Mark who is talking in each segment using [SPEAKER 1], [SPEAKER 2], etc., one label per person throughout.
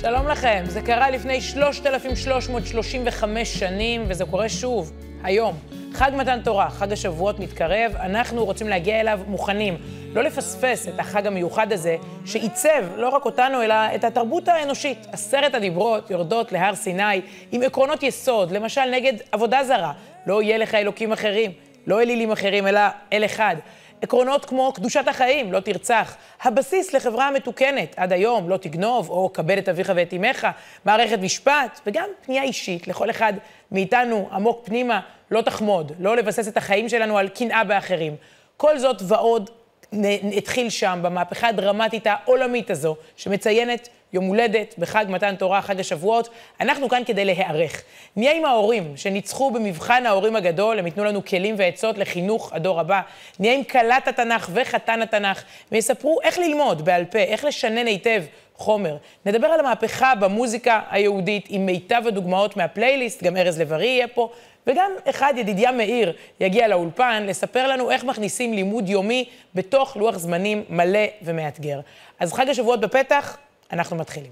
[SPEAKER 1] שלום לכם, זה קרה לפני 3,335 שנים, וזה קורה שוב, היום. חג מתן תורה, חג השבועות מתקרב, אנחנו רוצים להגיע אליו מוכנים. לא לפספס את החג המיוחד הזה, שעיצב לא רק אותנו, אלא את התרבות האנושית. 10 הדיברות יורדות להר סיני עם עקרונות יסוד, למשל נגד עבודה זרה. לא יהיה לך אלוקים אחרים, לא אלילים אחרים, אלא אל אחד. עקרונות כמו קדושת החיים, לא תרצח, הבסיס לחברה מתוקנת, עד היום לא תגנוב או כבד את אביך ואת אמך, מערכת משפט וגם פנייה אישית לכל אחד מאיתנו עמוק פנימה, לא תחמוד, לא לבסס את החיים שלנו על קנאה באחרים. כל זאת ועוד התחיל שם במהפכה הדרמטית העולמית הזו, שמציינת יום הולדת בחג מתן תורה, חג השבועות. אנחנו כאן כדי להיערך. נהיה עם ההורים שניצחו במבחן ההורים הגדול, הם ייתנו לנו כלים ועצות לחינוך הדור הבא. נהיה עם כלת התנ"ך וחתן התנ"ך, ויספרו איך ללמוד בעל פה, איך לשנן היטב חומר. נדבר על המהפכה במוזיקה היהודית עם מיטב הדוגמאות מהפלייליסט, גם ארז לב-ארי יהיה פה, וגם אחד, ידידיה מאיר, יגיע לאולפן לספר לנו איך מכניסים לימוד יומי בתוך לוח זמנים מלא ומאתגר. אז חג השבועות בפתח, אנחנו מתחילים.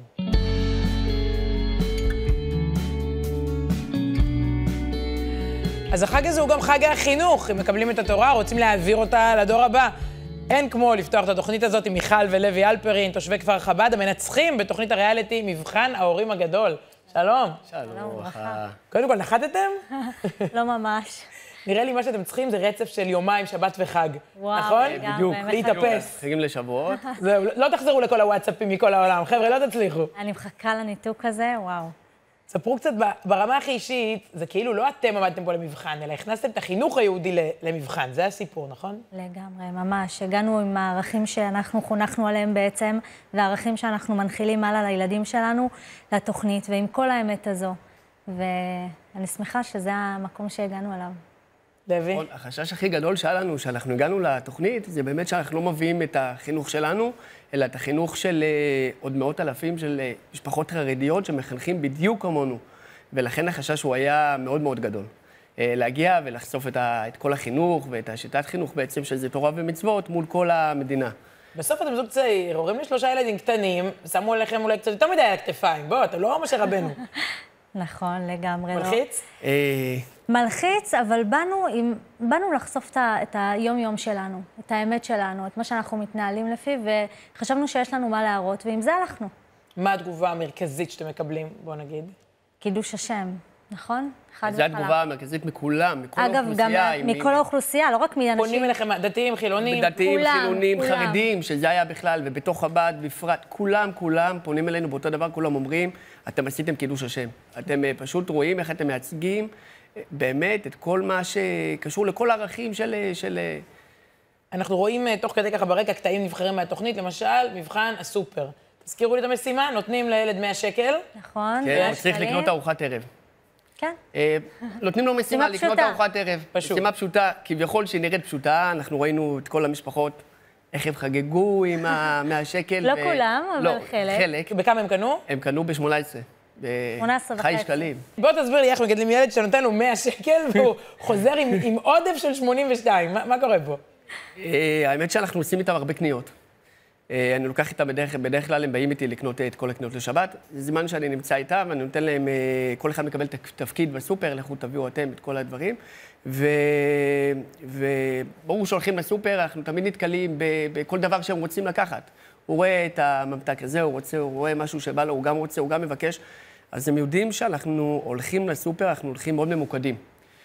[SPEAKER 1] אז החג הזה הוא גם חג החינוך. אם מקבלים את התורה, רוצים להעביר אותה לדור הבא. אין כמו לפתוח את התוכנית הזאת עם מיכל ולוי אלפרין, תושבי כפר חב"ד, המנצחים בתוכנית הריאליטי מבחן ההורים הגדול. שלום.
[SPEAKER 2] שלום, ברכה.
[SPEAKER 1] קודם כל, נחתתם?
[SPEAKER 3] לא ממש.
[SPEAKER 1] נראה לי מה שאתם צריכים זה רצף של יומיים, שבת וחג. נכון?
[SPEAKER 3] בדיוק.
[SPEAKER 1] להתאפס.
[SPEAKER 2] חגים לשבועות.
[SPEAKER 1] זהו, לא תחזרו לכל הוואטסאפים מכל העולם. חבר'ה, לא תצליחו.
[SPEAKER 3] אני מחכה לניתוק הזה, וואו.
[SPEAKER 1] ספרו קצת, ברמה הכי אישית, זה כאילו לא אתם עמדתם פה למבחן, אלא הכנסתם את החינוך היהודי למבחן. זה הסיפור, נכון?
[SPEAKER 3] לגמרי, ממש. הגענו עם הערכים שאנחנו חונכנו עליהם בעצם, והערכים שאנחנו מנחילים הלאה לילדים שלנו, לתוכנית, ועם כל האמת הזו. ואני שמחה שזה המקום שהגענו אליו.
[SPEAKER 1] לוי?
[SPEAKER 2] החשש הכי גדול שהיה לנו, שאנחנו הגענו לתוכנית, זה באמת שאנחנו לא מביאים את החינוך שלנו, אלא את החינוך של עוד מאות אלפים של משפחות חרדיות שמחנכים בדיוק כמונו. ולכן החשש הוא היה מאוד מאוד גדול. להגיע ולחשוף את כל החינוך ואת השיטת חינוך בעצם, שזה תורה ומצוות מול כל המדינה.
[SPEAKER 1] בסוף אתם זוג צעיר, הורים ל3 ילדים קטנים, שמו עליכם אולי קצת יותר מדי על הכתפיים. בוא, אתם לא משה רבנו.
[SPEAKER 3] נכון, לגמרי.
[SPEAKER 1] מלחיץ?
[SPEAKER 3] מלחיץ, אבל באנו לחשוף את היום-יום שלנו, את האמת שלנו, את מה שאנחנו מתנהלים לפי, וחשבנו שיש לנו מה להראות, ועם זה הלכנו.
[SPEAKER 1] מה התגובה המרכזית שאתם מקבלים, בוא נגיד?
[SPEAKER 3] קידוש השם, נכון?
[SPEAKER 2] זו התגובה המרכזית מכולם, מכל האוכלוסייה.
[SPEAKER 3] אגב, גם מכל האוכלוסייה, לא רק מאנשים.
[SPEAKER 1] פונים אליכם דתיים, חילונים?
[SPEAKER 2] דתיים, חילונים, חרדים, שזה היה בכלל, ובתוך חב"ד בפרט, כולם פונים אלינו באותו דבר, כולם אומרים, אתם עשיתם קידוש השם. אתם פשוט רואים איך אתם מייצגים באמת את כל מה שקשור לכל הערכים של...
[SPEAKER 1] אנחנו רואים תוך כדי ככה ברקע קטעים נבחרים מהתוכנית, למשל, מבחן הסופר. תזכירו לי את המשימה, נותנים לילד 100 שקל.
[SPEAKER 3] נכון.
[SPEAKER 2] כן, הוא צריך לקנות ארוחת ערב.
[SPEAKER 3] כן.
[SPEAKER 2] נותנים לו משימה לקנות ארוחת ערב.
[SPEAKER 1] פשוט.
[SPEAKER 2] משימה פשוטה, כביכול שהיא נראית פשוטה, אנחנו ראינו את כל המשפחות, איך הם חגגו עם ה-100 שקל.
[SPEAKER 3] לא כולם, אבל
[SPEAKER 1] חלק. בכמה הם קנו?
[SPEAKER 2] הם קנו ב-18.
[SPEAKER 3] 18
[SPEAKER 2] חי שקלים.
[SPEAKER 1] בוא תסביר לי איך מגדלים ילד שנותן לו 100 שקל והוא חוזר עם עודף של 82. מה קורה פה?
[SPEAKER 2] האמת שאנחנו עושים איתם הרבה קניות. אני לוקח איתם בדרך כלל, הם באים איתי לקנות את כל הקניות לשבת. זה זמן שאני נמצא איתם, ואני נותן להם, כל אחד מקבל תפקיד בסופר, לכו תביאו אתם את כל הדברים. וברור שהולכים לסופר, אנחנו תמיד נתקלים בכל דבר שהם רוצים לקחת. הוא רואה את הממתק הזה, הוא רואה משהו שבא לו, הוא גם רוצה, הוא גם מבקש. אז הם יודעים שאנחנו הולכים לסופר, אנחנו הולכים מאוד ממוקדים.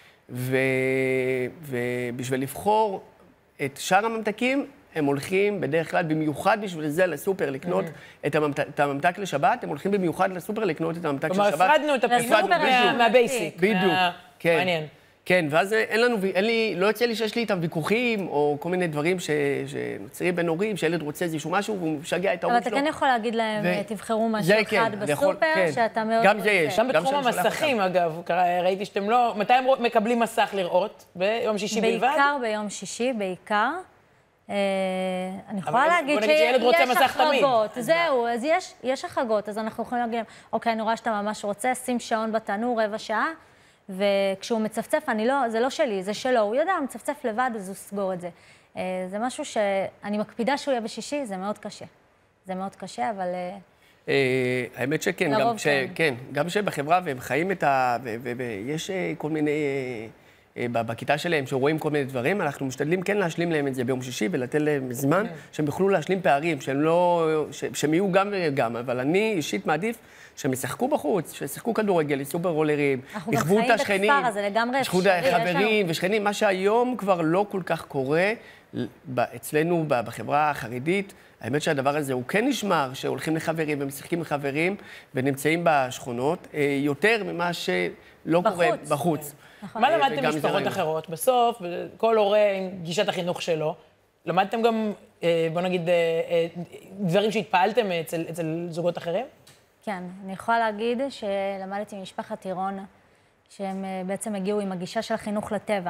[SPEAKER 2] ובשביל לבחור את שאר הממתקים, הם הולכים בדרך כלל במיוחד בשביל זה לסופר לקנות את הממתק לשבת, הם הולכים במיוחד לסופר לקנות את הממתק של שבת.
[SPEAKER 1] כלומר, הפרדנו את הפילוג מהבייסיק.
[SPEAKER 2] בדיוק, כן.
[SPEAKER 1] מעניין.
[SPEAKER 2] כן, ואז לא יוצא לי שיש לי איתם ויכוחים, או כל מיני דברים שנוצרים בין הורים, שילד רוצה איזשהו משהו, והוא משגע את ההורים שלו.
[SPEAKER 3] אבל אתה כן יכול להגיד להם, תבחרו משהו אחד בסופר, שאתה מאוד רוצה.
[SPEAKER 2] גם זה יש.
[SPEAKER 1] גם בתחום המסכים, אגב, ראיתי שאתם לא... מתי הם מקבלים מסך לראות? ביום שישי בלבד?
[SPEAKER 3] בעיקר ביום שישי, בעיקר. אני יכולה להגיד שיש החרגות, זהו, אז יש החרגות, אז אנחנו יכולים להגיד להם, אוקיי, אני רואה שאתה ממש רוצה, שים שעון בתנור 15 דקות, וכשהוא מצפצף, זה לא שלי, זה שלו, הוא יודע, הוא מצפצף לבד, אז הוא סגור את זה. זה משהו שאני מקפידה שהוא יהיה בשישי, זה מאוד קשה. זה מאוד קשה, אבל...
[SPEAKER 2] האמת שכן, גם שבחברה והם חיים את ויש כל מיני, בכיתה שלהם שרואים כל מיני דברים, אנחנו משתדלים כן להשלים להם את זה ביום שישי ולתת להם זמן שהם יוכלו להשלים פערים, שהם יהיו גם וגם, אבל אני אישית מעדיף שהם ישחקו בחוץ, שישחקו כדורגל, סופר רולרים, יחוו את השכנים, יחוו את החברים ושכנים, מה שהיום כבר לא כל כך קורה אצלנו בחברה החרדית. האמת שהדבר הזה הוא כן נשמר, שהולכים לחברים ומשחקים לחברים ונמצאים בשכונות, יותר ממה שלא קורה בחוץ.
[SPEAKER 1] מה למדתם משפחות אחרות? בסוף, כל הורה עם גישת החינוך שלו, למדתם גם, בוא נגיד, דברים שהתפעלתם אצל זוגות אחרים?
[SPEAKER 3] כן, אני יכולה להגיד שלמדתי ממשפחת טירון, שהם בעצם הגיעו עם הגישה של החינוך לטבע.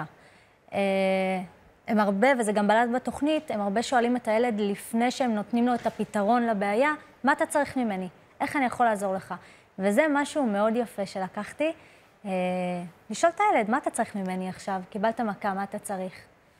[SPEAKER 3] הם הרבה, וזה גם בלט בתוכנית, הם הרבה שואלים את הילד לפני שהם נותנים לו את הפתרון לבעיה, מה אתה צריך ממני? איך אני יכול לעזור לך? וזה משהו מאוד יפה שלקחתי, לשאול את הילד, מה אתה צריך ממני עכשיו? קיבלת מכה, מה אתה צריך?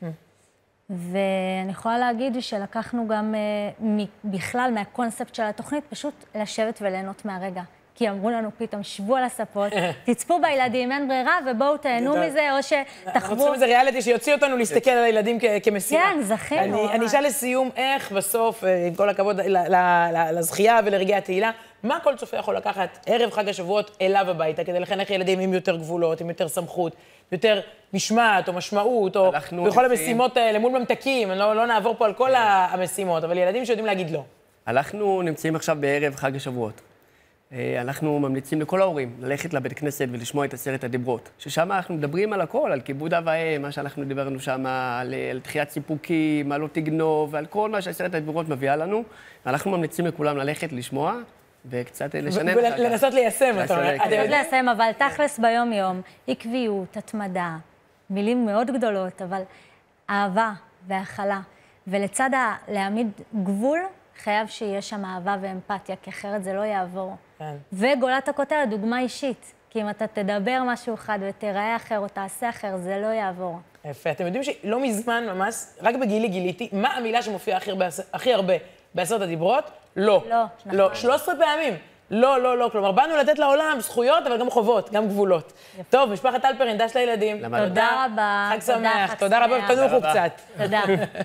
[SPEAKER 3] ואני יכולה להגיד שלקחנו גם בכלל מהקונספט של התוכנית, פשוט לשבת וליהנות מהרגע. כי אמרו לנו פתאום, שבו על הספות, תצפו בילדים, אין ברירה, ובואו תהנו מזה, או שתחוו...
[SPEAKER 1] אנחנו רוצים איזה ריאליטי שיוציא אותנו להסתכל על הילדים כמשימה.
[SPEAKER 3] כן, זכינו.
[SPEAKER 1] אני אשאל לסיום, איך בסוף, עם כל הכבוד לזכייה ולרגעי התהילה, מה כל צופה יכול לקחת ערב חג השבועות אליו הביתה, כדי לחנך ילדים עם יותר גבולות, עם יותר סמכות, יותר משמעת או משמעות, או בכל המשימות האלה, מול ממתקים, לא נעבור פה על כל המשימות, אבל ילדים שיודעים להגיד לא.
[SPEAKER 2] אנחנו נמצאים עכשיו בערב חג השבועות. אנחנו ממליצים לכל ההורים ללכת לבית כנסת ולשמוע את 10 הדיברות, ששם אנחנו מדברים על הכל, על כיבוד אב ואם, מה שאנחנו דיברנו שם, על דחיית סיפוקים, על לא תגנוב, ועל כל מה ש10 הדיברות מביאה לנו. אנחנו ממליצים לכולם ללכת לשמוע וקצת לשנן.
[SPEAKER 1] ולנסות ליישם, אתה אומר.
[SPEAKER 3] לנסות ליישם, אבל תכלס ביום-יום, עקביות, התמדה, מילים מאוד גדולות, אבל אהבה והכלה, ולצד להעמיד גבול, חייב שיש שם אהבה ואמפתיה, כי אחרת זה לא יעבור. כן. וגולת הכותרת, דוגמה אישית. כי אם אתה תדבר משהו אחד ותראה אחר או תעשה אחר, זה לא יעבור.
[SPEAKER 1] יפה. אתם יודעים שלא מזמן ממש, רק בגילי גיליתי, מה המילה שמופיעה הכי הרבה ב10 הדיברות? לא. לא. 13 פעמים. לא. כלומר, באנו לתת לעולם זכויות, אבל גם חובות, גם גבולות. טוב, משפחת אלפרין, דש לילדים.
[SPEAKER 3] תודה רבה.
[SPEAKER 1] חג שמח. תודה רבה, תנוחו קצת.
[SPEAKER 3] תודה.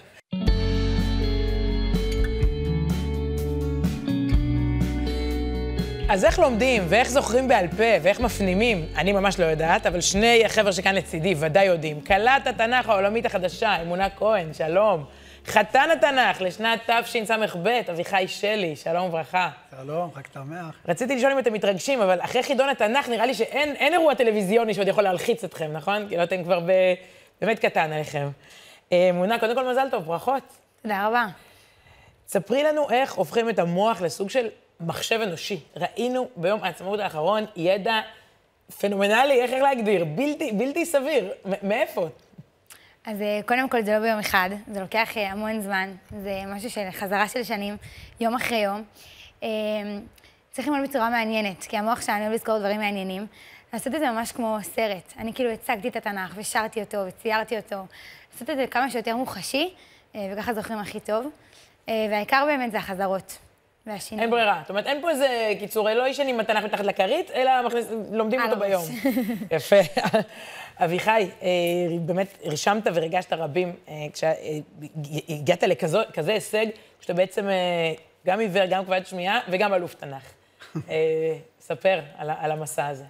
[SPEAKER 1] אז איך לומדים, ואיך זוכרים בעל פה, ואיך מפנימים, אני ממש לא יודעת, אבל שני החבר'ה שכאן לצידי ודאי יודעים. כלת התנ"ך העולמית החדשה, אמונה כהן, שלום. חתן התנ"ך לשנת תשס"ב, אביחי שלי, שלום וברכה.
[SPEAKER 4] שלום, חג שמח.
[SPEAKER 1] רציתי לשאול אם אתם מתרגשים, אבל אחרי חידון התנ"ך נראה לי שאין אירוע טלוויזיוני שעוד יכול להלחיץ אתכם, נכון? כי לא אתם כבר באמת קטן עליכם. אמונה, קודם כל מזל טוב, ברכות.
[SPEAKER 5] תודה רבה.
[SPEAKER 1] ספרי לנו איך הופכים את המוח לסוג של מחשב אנושי. ראינו ביום העצמאות האחרון ידע פנומנלי, איך להגדיר, בלתי סביר. מאיפה?
[SPEAKER 5] אז קודם כל זה לא ביום אחד, זה לוקח המון זמן, זה משהו של חזרה של שנים, יום אחרי יום. צריך ללמוד בצורה מעניינת, כי המוח שלנו אוהב לזכור דברים מעניינים. לעשות את זה ממש כמו סרט. אני כאילו הצגתי את התנ"ך ושרתי אותו וציירתי אותו. לעשות את זה כמה שיותר מוחשי, וככה זוכרים הכי טוב. והעיקר באמת זה החזרות.
[SPEAKER 1] אין ברירה. זאת אומרת, אין פה איזה קיצורי, לא ישנים התנ"ך מתחת לכרית, אלא לומדים אותו ביום. יפה. אביחי, באמת רישמת ורגשת רבים כשהגעת לכזה הישג, כשאתה בעצם גם עיוור, גם כבד שמיעה וגם אלוף תנ"ך. ספר על המסע הזה.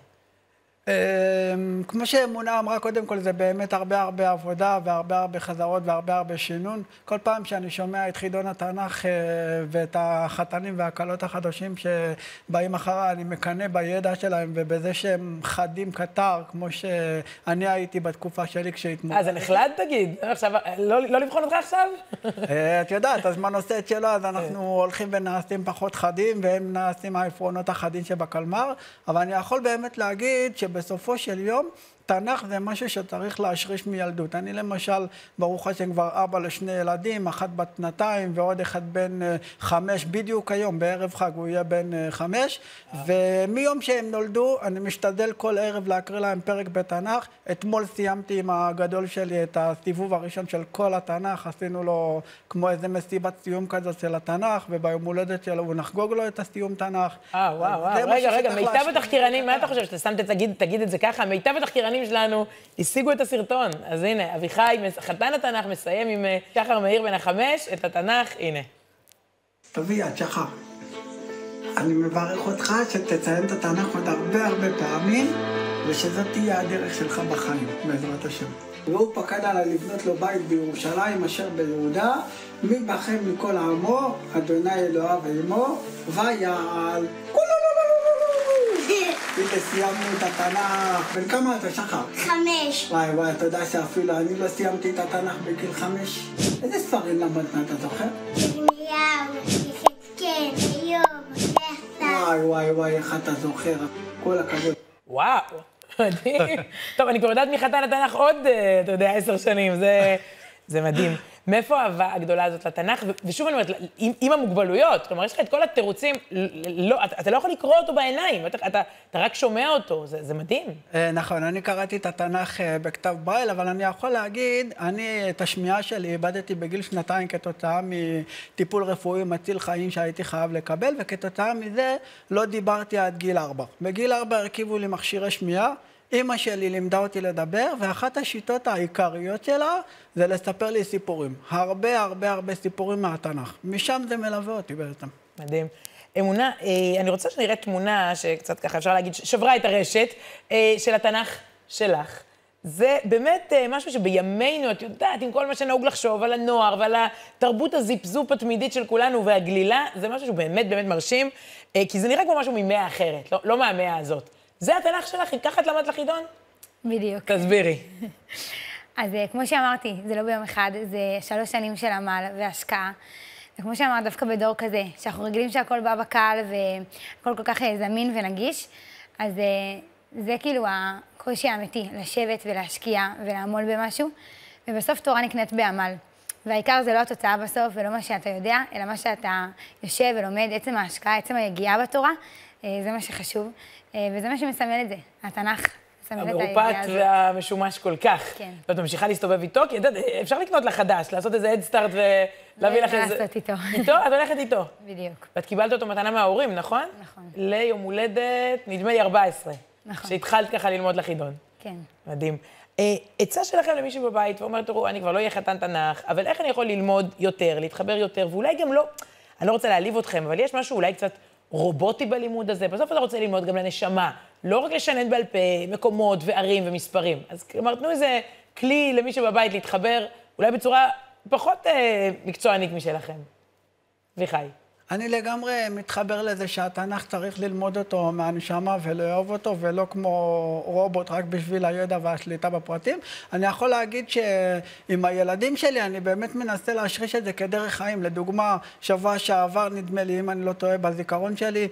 [SPEAKER 4] כמו שאמונה אמרה, קודם כל זה באמת הרבה עבודה והרבה חזרות והרבה שינון. כל פעם שאני שומע את חידון התנ"ך ואת החתנים והקלות החדשים שבאים אחריי, אני מקנא בידע שלהם ובזה שהם חדים קטר, כמו שאני הייתי בתקופה שלי כשהתמודדתי.
[SPEAKER 1] זה נחלד תגיד? עכשיו, לא לבחון אותך עכשיו?
[SPEAKER 4] את יודעת, הזמן עושה את שלו, אז אנחנו הולכים ונעשים פחות חדים, והם נעשים העפרונות החדים שבקלמר, אבל אני יכול באמת להגיד בסופו של יום, תנ"ך זה משהו שצריך להשריש מילדות. אני למשל, ברוך השם כבר אבא לשני ילדים, אחת בת 2 ועוד אחד בן 5, בדיוק היום, בערב חג הוא יהיה בן 5, ומיום שהם נולדו, אני משתדל כל ערב להקריא להם פרק בתנ"ך. אתמול סיימתי עם הגדול שלי את הסיבוב הראשון של כל התנ"ך, עשינו לו כמו איזה מסיבת סיום כזאת של התנ"ך, וביום הולדת שלו הוא נחגוג לו את הסיום תנ"ך.
[SPEAKER 1] וואו, רגע, מיטב התחקירנים, מה אתה חושב, שאתה סתם תגיד את זה ככה? מיטב התחקירנים שלנו השיגו את הסרטון. אז הנה, אביחי, חתן התנ"ך, מסיים עם שחר מאיר בן 5, את התנ"ך, הנה.
[SPEAKER 4] טובי, יד שחר. אני מברך אותך שתציין את התנ"ך עוד הרבה פעמים, ושזאת תהיה הדרך שלך בחיים, בעזרת השם. והוא פקד עליי לבנות לו בית בירושלים אשר ביהודה, מי בכם מכל עמו, אדוני אלוהיו ועמו, ויעל. הנה סיימנו את התנ"ך. בן כמה אתה, שחר?
[SPEAKER 6] 5.
[SPEAKER 4] וואי, אתה יודע שאפילו אני לא סיימתי את התנ"ך בגיל 5. איזה ספרים למדת, אתה זוכר?
[SPEAKER 6] ירמיהו, יחזקאל, איוב, יפתח.
[SPEAKER 4] וואי, איך אתה זוכר? כל הכבוד.
[SPEAKER 1] וואו, מדהים. טוב, אני כבר יודעת מחתן התנ"ך עוד, אתה יודע, 10 שנים, זה מדהים. מאיפה האהבה הגדולה הזאת לתנ"ך? ושוב אני אומרת, עם המוגבלויות, כלומר, יש לך את כל התירוצים, אתה לא יכול לקרוא אותו בעיניים, אתה רק שומע אותו, זה מדהים.
[SPEAKER 4] נכון, אני קראתי את התנ"ך בכתב ברייל, אבל אני יכול להגיד, אני את השמיעה שלי איבדתי בגיל 2 כתוצאה מטיפול רפואי מציל חיים שהייתי חייב לקבל, וכתוצאה מזה לא דיברתי עד גיל 4. בגיל 4 הרכיבו לי מכשירי שמיעה, אמא שלי לימדה אותי לדבר, ואחת השיטות העיקריות שלה זה לספר לי סיפורים. הרבה סיפורים מהתנ"ך. משם זה מלווה אותי בעצם.
[SPEAKER 1] מדהים. אמונה, אני רוצה שנראה תמונה שקצת ככה אפשר להגיד, שברה את הרשת של התנ"ך שלך. זה באמת משהו שבימינו, את יודעת, עם כל מה שנהוג לחשוב על הנוער ועל התרבות הזיפזופ התמידית של כולנו והגלילה, זה משהו שהוא באמת מרשים, כי זה נראה כמו משהו ממאה אחרת, לא מהמאה הזאת. זה התנ"ך שלך? ככה את למדת לחידון?
[SPEAKER 5] בדיוק.
[SPEAKER 1] תסבירי.
[SPEAKER 5] אז כמו שאמרתי, זה לא ביום אחד, זה 3 שנים של עמל והשקעה. וכמו שאמרת, דווקא בדור כזה, שאנחנו רגילים שהכל בא בקהל והכל כל כך זמין ונגיש, אז זה כאילו הקושי האמיתי, לשבת ולהשקיע ולעמול במשהו, ובסוף תורה נקנית בעמל. והעיקר זה לא התוצאה בסוף ולא מה שאתה יודע, אלא מה שאתה יושב ולומד, עצם ההשקעה, עצם היגיעה בתורה, זה מה שחשוב. וזה מה שמסמל את זה, התנ"ך מסמל את הידיעה הזאת.
[SPEAKER 1] המרופט והמשומש כל כך.
[SPEAKER 5] כן.
[SPEAKER 1] ואת ממשיכה להסתובב איתו, כי אפשר לקנות לך חדש, לעשות איזה הדסטארט ולהביא לך איזה...
[SPEAKER 5] לעשות איתו.
[SPEAKER 1] איתו? את הולכת איתו.
[SPEAKER 5] בדיוק.
[SPEAKER 1] ואת קיבלת אותו מתנה מההורים, נכון?
[SPEAKER 5] נכון.
[SPEAKER 1] ליום הולדת, נדמה לי 14.
[SPEAKER 5] נכון.
[SPEAKER 1] שהתחלת ככה ללמוד לחידון.
[SPEAKER 5] כן.
[SPEAKER 1] מדהים. עצה שלכם למישהו בבית, ואומר, תראו, אני כבר לא אהיה חתן תנ"ך, אבל איך אני יכול ללמוד יותר, להתחבר יותר, ואולי גם לא, אני לא רוצה להעליב אתכם, אבל יש משהו אולי קצת רובוטי בלימוד הזה. בסוף אתה רוצה ללמוד גם לנשמה, לא רק לשנן בעל פה, מקומות וערים ומספרים. אז כלומר, תנו איזה כלי למי שבבית להתחבר, אולי בצורה פחות מקצוענית משלכם. אביחי.
[SPEAKER 4] אני לגמרי מתחבר לזה שהתנ"ך צריך ללמוד אותו מהנשמה ולאהוב אותו, ולא כמו רובוט רק בשביל הידע והשליטה בפרטים. אני יכול להגיד שעם הילדים שלי אני באמת מנסה להשריש את זה כדרך חיים. לדוגמה, שבוע שעבר נדמה לי, אם אני לא טועה בזיכרון שלי,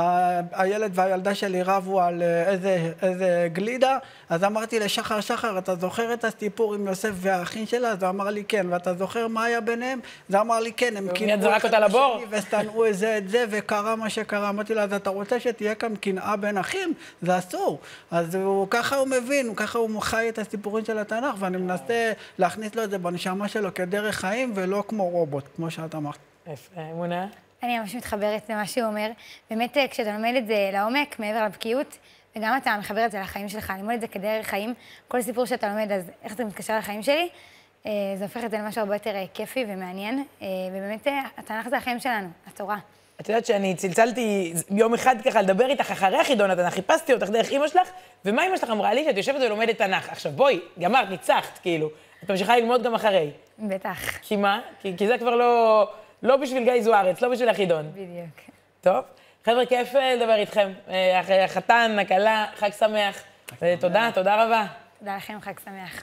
[SPEAKER 4] הילד והילדה שלי רבו על איזה גלידה, אז אמרתי לשחר, שחר, אתה זוכר את הסיפור עם יוסף והאחים שלה? אז הוא אמר לי כן, ואתה זוכר מה היה ביניהם? זה אמר לי כן, הם
[SPEAKER 1] מיד זרק אותה לבור.
[SPEAKER 4] ושנאו את זה, וקרה מה שקרה. אמרתי לה, אז אתה רוצה שתהיה כאן קנאה בין אחים? זה אסור. אז ככה הוא מבין, ככה הוא חי את הסיפורים של התנ"ך, ואני מנסה להכניס לו את זה בנשמה שלו כדרך חיים, ולא כמו רובוט, כמו שאת אמרת.
[SPEAKER 1] יפה, אמונה?
[SPEAKER 5] אני ממש מתחברת למה שהוא אומר. באמת, כשאתה לומד את זה לעומק, מעבר לבקיאות, וגם אתה מחבר את זה לחיים שלך, ללמוד את זה כדרך חיים, כל סיפור שאתה לומד, אז איך זה מתקשר לחיים שלי, זה הופך את זה למשהו הרבה יותר כיפי ומעניין, ובאמת, התנ"ך זה החיים שלנו, התורה.
[SPEAKER 1] את יודעת שאני צלצלתי יום אחד ככה לדבר איתך אחרי החידון התנ"ך, חיפשתי אותך דרך אמא שלך, ומה אמא שלך אמרה לי? שאת יושבת ולומדת תנ"ך. עכשיו בואי, גמרת, ניצחת, כאילו. את ממשיכה ללמוד גם אחרי.
[SPEAKER 5] בטח.
[SPEAKER 1] כי מה? כי זה כבר לא בשביל גיא זוארץ, לא בשביל החידון.
[SPEAKER 5] בדיוק.
[SPEAKER 1] טוב. חבר'ה, כיף לדבר איתכם. אחרי החתן, הקלה, חג שמח. תודה, תודה רבה.
[SPEAKER 5] תודה לכם, חג שמח.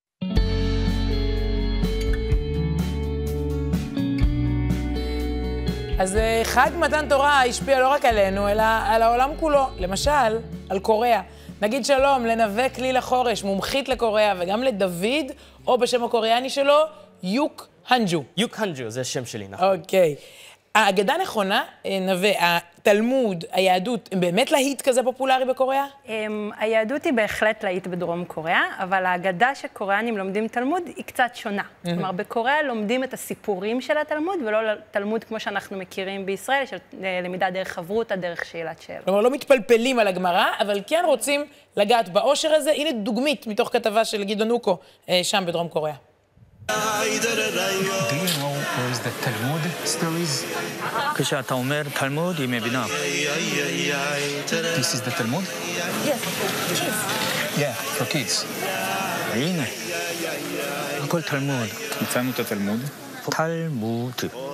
[SPEAKER 1] אז חג מתן תורה השפיע לא רק עלינו, אלא על העולם כולו. למשל, על קוריאה. נגיד שלום לנווה כליל החורש, מומחית לקוריאה, וגם לדוד, או בשם הקוריאני שלו, יוק הנג'ו.
[SPEAKER 7] יוק הנג'ו, זה השם שלי, נכון.
[SPEAKER 1] אוקיי. האגדה נכונה, נווה, התלמוד, היהדות, הם באמת להיט כזה פופולרי בקוריאה?
[SPEAKER 8] היהדות היא בהחלט להיט בדרום קוריאה, אבל האגדה שקוריאנים לומדים תלמוד היא קצת שונה. כלומר, בקוריאה לומדים את הסיפורים של התלמוד, ולא תלמוד כמו שאנחנו מכירים בישראל, של למידה דרך חברותא, דרך שאלת שאלות.
[SPEAKER 1] כלומר, לא מתפלפלים על הגמרא, אבל כן רוצים לגעת באושר הזה. הנה דוגמית מתוך כתבה של גדעון אוקו, שם בדרום קוריאה.
[SPEAKER 9] Do you know where is the Talmud stories? כשאתה אומר תלמוד, היא מבינה. This is the Talmud?
[SPEAKER 5] Yes, kids.
[SPEAKER 9] Yeah, for kids. הנה. הכל תלמוד. מצאנו את התלמוד. תלמוד.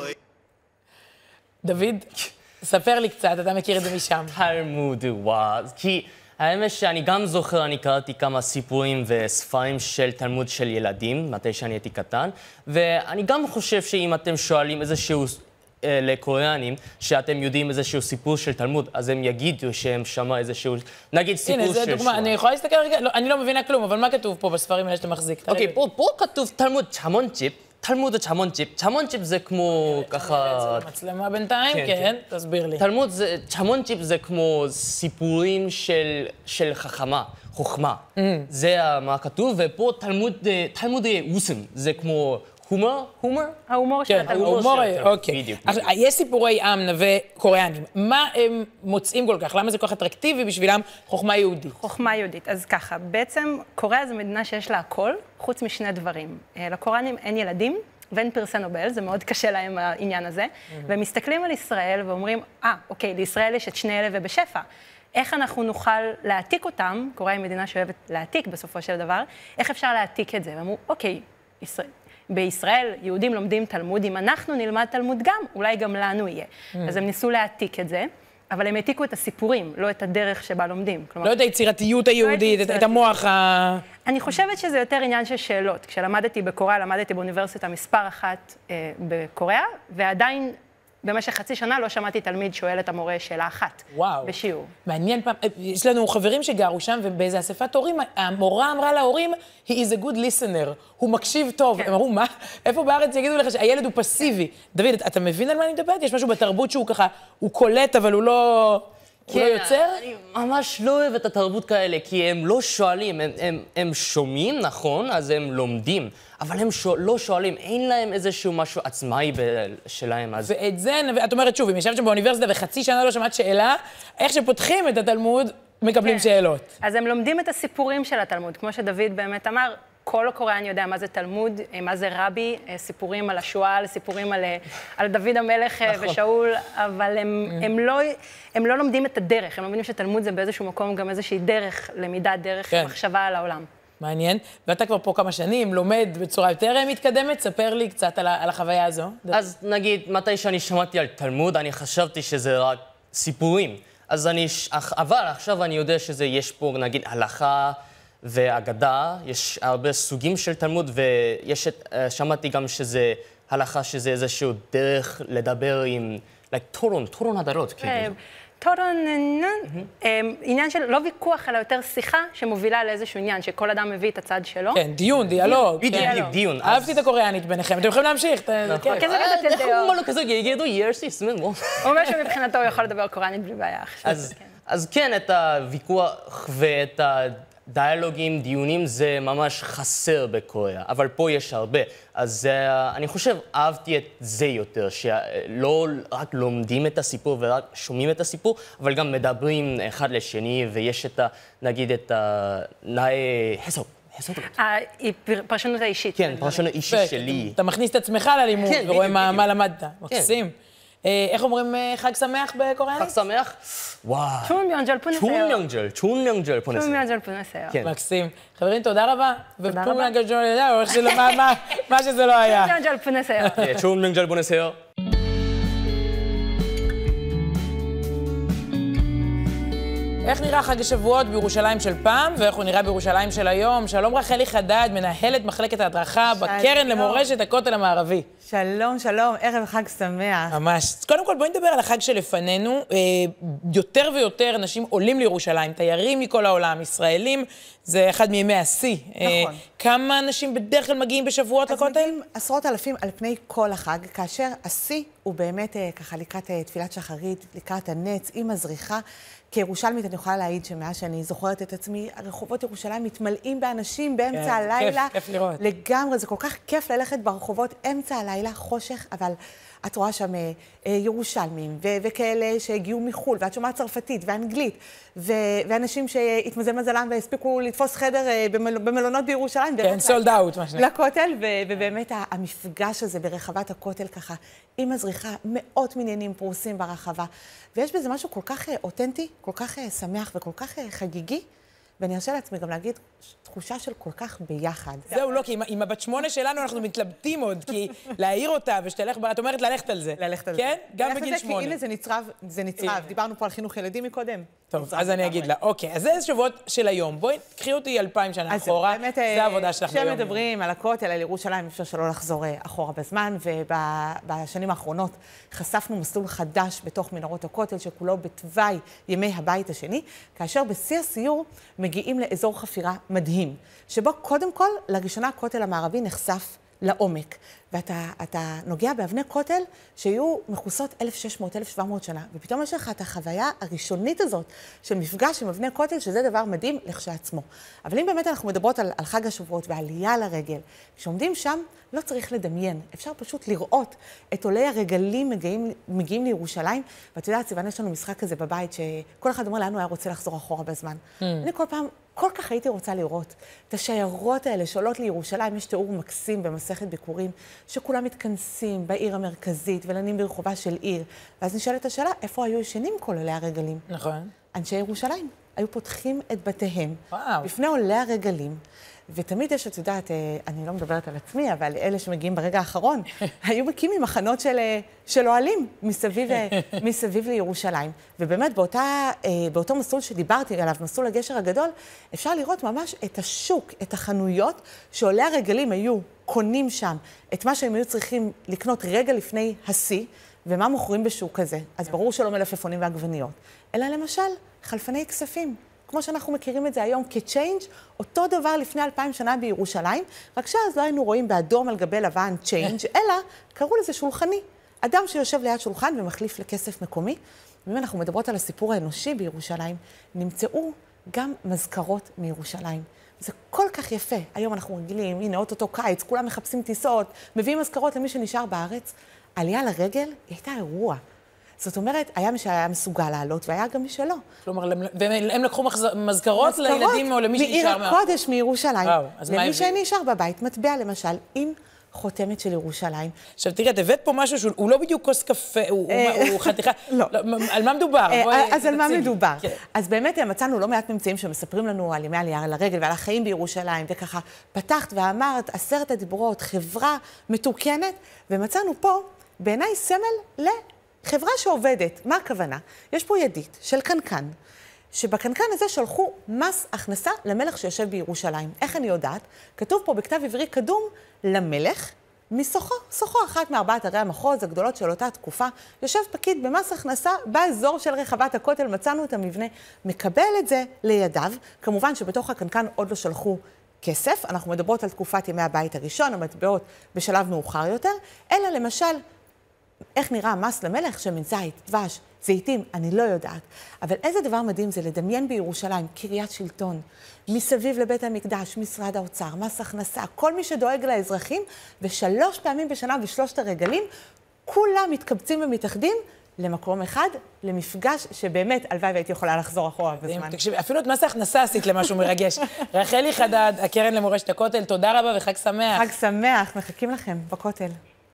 [SPEAKER 1] דוד, ספר לי קצת, אתה מכיר את זה משם.
[SPEAKER 7] תלמוד, וואו. כי האמת שאני גם זוכר, אני קראתי כמה סיפורים וספרים של תלמוד של ילדים, מתי שאני הייתי קטן, ואני גם חושב שאם אתם שואלים איזשהו לקוריאנים, שאתם יודעים איזשהו סיפור של תלמוד, אז הם יגידו שהם שמע איזשהו, נגיד סיפור של...
[SPEAKER 1] הנה, זו דוגמה, אני יכולה להסתכל רגע? לא, אני לא מבינה כלום, אבל מה כתוב פה בספרים האלה שאתה מחזיק?
[SPEAKER 7] אוקיי, פה כתוב תלמוד צ'מונצ'יפ, תלמוד צ'מונצ'יפ, צ'מונצ'יפ זה כמו ככה...
[SPEAKER 1] מצלמה בינתיים, כן, תסביר לי.
[SPEAKER 7] תלמוד זה, צ'מונצ'יפ זה כמו סיפורים של חוכמה. זה מה כתוב, ופה תלמוד אוסם, זה כמו הומור?
[SPEAKER 8] ההומור של התלמוד.
[SPEAKER 1] ההומור, אוקיי. יש סיפורי עם נווה קוריאנים. מה הם מוצאים כל כך? למה זה כל כך אטרקטיבי בשבילם חוכמה יהודית?
[SPEAKER 8] חוכמה יהודית. אז ככה, בעצם קוריאה זו מדינה שיש לה הכל, חוץ משני דברים. לקוריאנים אין ילדים ואין פרסי נובל, זה מאוד קשה להם העניין הזה. והם מסתכלים על ישראל ואומרים, אוקיי, לישראל יש את שני אלה ובשפע. איך אנחנו נוכל להעתיק אותם, קוריאה היא מדינה שאוהבת להעתיק בסופו של דבר, איך אפשר להעתיק את זה? ואמרו, אוקיי, בישראל יהודים לומדים תלמוד, אם אנחנו נלמד תלמוד גם, אולי גם לנו יהיה. אז הם ניסו להעתיק את זה, אבל הם העתיקו את הסיפורים, לא את הדרך שבה לומדים.
[SPEAKER 1] לא את היצירתיות היהודית, את המוח ה...
[SPEAKER 8] אני חושבת שזה יותר עניין של שאלות. כשלמדתי בקוריאה, למדתי באוניברסיטה מספר אחת בקוריאה, ועדיין במשך חצי שנה לא שמעתי תלמיד שואל את המורה שאלה אחת.
[SPEAKER 1] וואו.
[SPEAKER 8] בשיעור.
[SPEAKER 1] מעניין פעם, יש לנו חברים שגרו שם, ובאיזה אספת הורים, המורה אמרה להורים, he is a good listener, הוא מקשיב טוב. הם אמרו, מה? איפה בארץ יגידו לך שהילד הוא פסיבי? דוד, אתה מבין על מה אני מדברת? יש משהו בתרבות שהוא ככה, הוא קולט, אבל הוא לא... הוא לא יוצר?
[SPEAKER 7] אני ממש לא אוהב את התרבות כאלה, כי הם לא שואלים, הם שומעים, נכון, אז הם לומדים, אבל הם לא שואלים, אין להם איזשהו משהו עצמאי שלהם.
[SPEAKER 1] ואת זה, את אומרת שוב, אם ישבת שם באוניברסיטה וחצי שנה לא שמעת שאלה, איך שפותחים את התלמוד, מקבלים שאלות.
[SPEAKER 8] אז הם לומדים את הסיפורים של התלמוד, כמו שדוד באמת אמר, כל הקוריאני יודע מה זה תלמוד, מה זה רבי, סיפורים על השועל, סיפורים על דוד המלך ושאול, אבל הם לא לומדים את הדרך, הם לומדים שתלמוד זה באיזשהו מקום גם איזושהי דרך למידה, דרך מחשבה על העולם.
[SPEAKER 1] מעניין. ואתה כבר פה כמה שנים, לומד בצורה יותר מתקדמת, ספר לי קצת על החוויה הזו.
[SPEAKER 7] אז נגיד, מתי שאני שמעתי על תלמוד, אני חשבתי שזה רק סיפורים. אבל עכשיו אני יודע יש פה נגיד הלכה, ואגדה, יש הרבה סוגים של תלמוד, ושמעתי גם שזה הלכה, שזה איזשהו דרך לדבר עם, תורון הדרות, כאילו.
[SPEAKER 8] תורון, עניין של לא ויכוח, אלא יותר שיחה שמובילה לאיזשהו עניין, שכל אדם מביא את הצד שלו.
[SPEAKER 1] כן, דיאלוג.
[SPEAKER 7] בדיוק, דיון.
[SPEAKER 1] אהבתי את הקוריאנית ביניכם, אתם יכולים להמשיך.
[SPEAKER 7] כזה יגידו,
[SPEAKER 8] הוא אומר שמבחינתו הוא יכול לדבר קוריאנית בלי בעיה.
[SPEAKER 7] אז כן, את הוויכוח ואת דיאלוגים, דיונים, זה ממש חסר בקוריאה, אבל פה יש הרבה. אז אני חושב, אהבתי את זה יותר, שלא רק לומדים את הסיפור ורק שומעים את הסיפור, אבל גם מדברים אחד לשני, ויש את נגיד את
[SPEAKER 8] הפרשנות האישית.
[SPEAKER 7] כן, פרשנות אישית שלי.
[SPEAKER 1] אתה מכניס את עצמך ללימוד ורואה מה למדת. מקסים. איך אומרים חג שמח בקוריאנית?
[SPEAKER 7] חג שמח? וואו.
[SPEAKER 8] 좋은 명절 보내세요.
[SPEAKER 7] 좋은 명절 보내세요.
[SPEAKER 8] 좋은 명절 보내세요.
[SPEAKER 1] מקסים. חברים, תודה רבה. תודה רבה. מה שזה לא היה.
[SPEAKER 8] 좋은 명절 보내세요.
[SPEAKER 7] 좋은 명절 보내세요.
[SPEAKER 1] איך נראה חג השבועות בירושלים של פעם, ואיך הוא נראה בירושלים של היום? שלום רחלי חדד, מנהלת מחלקת ההדרכה בקרן למורשת הכותל המערבי.
[SPEAKER 10] שלום, שלום, ערב חג שמח.
[SPEAKER 1] ממש. קודם כל, בואי נדבר על החג שלפנינו. יותר ויותר אנשים עולים לירושלים, תיירים מכל העולם, ישראלים, זה אחד מימי השיא.
[SPEAKER 10] נכון.
[SPEAKER 1] כמה אנשים בדרך כלל מגיעים בשבועות לכותל?
[SPEAKER 10] אז מגיעים עשרות אלפים על פני כל החג, כאשר השיא הוא באמת ככה לקראת תפילת שחרית, לקראת הנץ, עם הזריחה. כירושלמית אני יכולה להעיד שמאז שאני זוכרת את עצמי, הרחובות ירושלים מתמלאים באנשים באמצע הלילה.
[SPEAKER 1] כיף לראות.
[SPEAKER 10] לגמרי, זה כל כך כיף ללכת ברחובות אמצע הלילה, חושך, אבל את רואה שם ירושלמים, וכאלה שהגיעו מחול, ואת שומעת צרפתית ואנגלית, ואנשים שהתמזל מזלם והספיקו לתפוס חדר במלונות בירושלים.
[SPEAKER 1] כן, סולד אאוט, מה שנקרא.
[SPEAKER 10] לכותל, ובאמת המפגש הזה ברחבת הכותל ככה, עם הזריחה, מאות מניינים פרוסים ברחבה, ויש בזה משהו כל כך אותנטי, כל כך שמח וכל כך חגיגי, ואני ארשה לעצמי גם להגיד, תחושה של כל כך ביחד.
[SPEAKER 1] זהו, לא, כי עם הבת 8 שלנו אנחנו מתלבטים עוד, כי להעיר אותה ושתלך, את אומרת ללכת על זה.
[SPEAKER 10] ללכת על זה.
[SPEAKER 1] כן? גם בגיל 8.
[SPEAKER 10] כי הנה זה נצרב, דיברנו פה על חינוך ילדים מקודם.
[SPEAKER 1] טוב, אז אני אגיד לה, אוקיי, אז זה שבועות של היום. בואי, קחי אותי 2000 שנה אחורה, זה העבודה שלך ביום.
[SPEAKER 10] כשמדברים על הכותל, על ירושלים, אפשר שלא לחזור אחורה בזמן, ובשנים האחרונות חשפנו מסלול חדש בתוך מנהרות הכותל, שכולו בתוואי ימי הבית השני, כאשר בשיא הסיור מגיעים לאזור חפירה מדהים, שבו קודם כל, לראשונה הכותל המערבי נחשף לעומק. ואתה נוגע באבני כותל שיהיו מכוסות 1600-1700 שנה, ופתאום יש לך את החוויה הראשונית הזאת של מפגש עם אבני כותל, שזה דבר מדהים לכשעצמו. אבל אם באמת אנחנו מדברות על חג השבועות ועלייה לרגל, כשעומדים שם לא צריך לדמיין, אפשר פשוט לראות את עולי הרגלים מגיעים לירושלים, ואת יודעת, סיוון, יש לנו משחק כזה בבית, שכל אחד אומר לנו היה רוצה לחזור אחורה בזמן. אני כל פעם כל כך הייתי רוצה לראות את השיירות האלה שעולות לירושלים. יש תיאור מקסים במסכת ביקורים, שכולם מתכנסים בעיר המרכזית ולנים ברחובה של עיר. ואז נשאלת השאלה, איפה היו ישנים כל עולי הרגלים?
[SPEAKER 1] נכון.
[SPEAKER 10] אנשי ירושלים היו פותחים את בתיהם,
[SPEAKER 1] וואו.
[SPEAKER 10] בפני עולי הרגלים, ותמיד יש, את יודעת, אני לא מדברת על עצמי, אבל אלה שמגיעים ברגע האחרון, היו מקימים מחנות של אוהלים מסביב לירושלים. ובאמת, באותו מסלול שדיברתי עליו, מסלול הגשר הגדול, אפשר לראות ממש את השוק, את החנויות, שעולי הרגלים היו קונים שם, את מה שהם היו צריכים לקנות רגע לפני השיא, ומה מוכרים בשוק הזה. אז ברור שלא מלפפונים ועגבניות, אלא למשל, חלפני כספים. כמו שאנחנו מכירים את זה היום כצ'יינג', אותו דבר לפני 2000 שנה בירושלים, רק שאז לא היינו רואים באדום על גבי לבן צ'יינג', אלא קראו לזה שולחני. אדם שיושב ליד שולחן ומחליף לכסף מקומי. ואם אנחנו מדברות על הסיפור האנושי בירושלים, נמצאו גם מזכרות מירושלים. זה כל כך יפה. היום אנחנו רגילים, הנה אותו קיץ, כולם מחפשים טיסות, מביאים מזכרות למי שנשאר בארץ. עלייה לרגל היא הייתה אירוע. זאת אומרת, היה מי שהיה מסוגל לעלות, והיה גם מי שלא.
[SPEAKER 1] כלומר, והם לקחו מזכרות לילדים או למי שנשאר
[SPEAKER 10] מעיר הקודש מירושלים. למי שנשאר בבית, מטבע למשל, עם חותמת של ירושלים.
[SPEAKER 1] עכשיו תראה, את הבאת פה משהו שהוא לא בדיוק כוס קפה, הוא חתיכה.
[SPEAKER 10] לא.
[SPEAKER 1] על מה מדובר?
[SPEAKER 10] אז על מה מדובר? אז באמת מצאנו לא מעט ממצאים שמספרים לנו על ימי עלייה לרגל ועל החיים בירושלים, וככה פתחת ואמרת 10 הדיברות, חברה מתוקנת, ומצאנו פה בעיניי סמל חברה שעובדת. מה הכוונה? יש פה ידית של קנקן, שבקנקן הזה שלחו מס הכנסה למלך שיושב בירושלים. איך אני יודעת? כתוב פה בכתב עברי קדום למלך, מסוחו, אחת מארבעת ערי המחוז הגדולות של אותה תקופה, יושב פקיד במס הכנסה באזור של רחבת הכותל, מצאנו את המבנה, מקבל את זה לידיו, כמובן שבתוך הקנקן עוד לא שלחו כסף, אנחנו מדברות על תקופת ימי הבית הראשון, המטבעות בשלב מאוחר יותר, אלא למשל, איך נראה מס למלך? שמן זית, דבש, זיתים, אני לא יודעת. אבל איזה דבר מדהים זה לדמיין בירושלים, קריית שלטון, מסביב לבית המקדש, משרד האוצר, מס הכנסה, כל מי שדואג לאזרחים, ו3 פעמים בשנה ושלושת הרגלים, כולם מתקבצים ומתאחדים למקום אחד, למפגש שבאמת, הלוואי והייתי יכולה לחזור אחורה בזמן.
[SPEAKER 1] תקשיבי, אפילו את מס ההכנסה עשית למשהו מרגש. רחלי חדד, הקרן למורשת הכותל, תודה רבה וחג שמח.
[SPEAKER 10] חג שמח, מחכים לכם בכותל.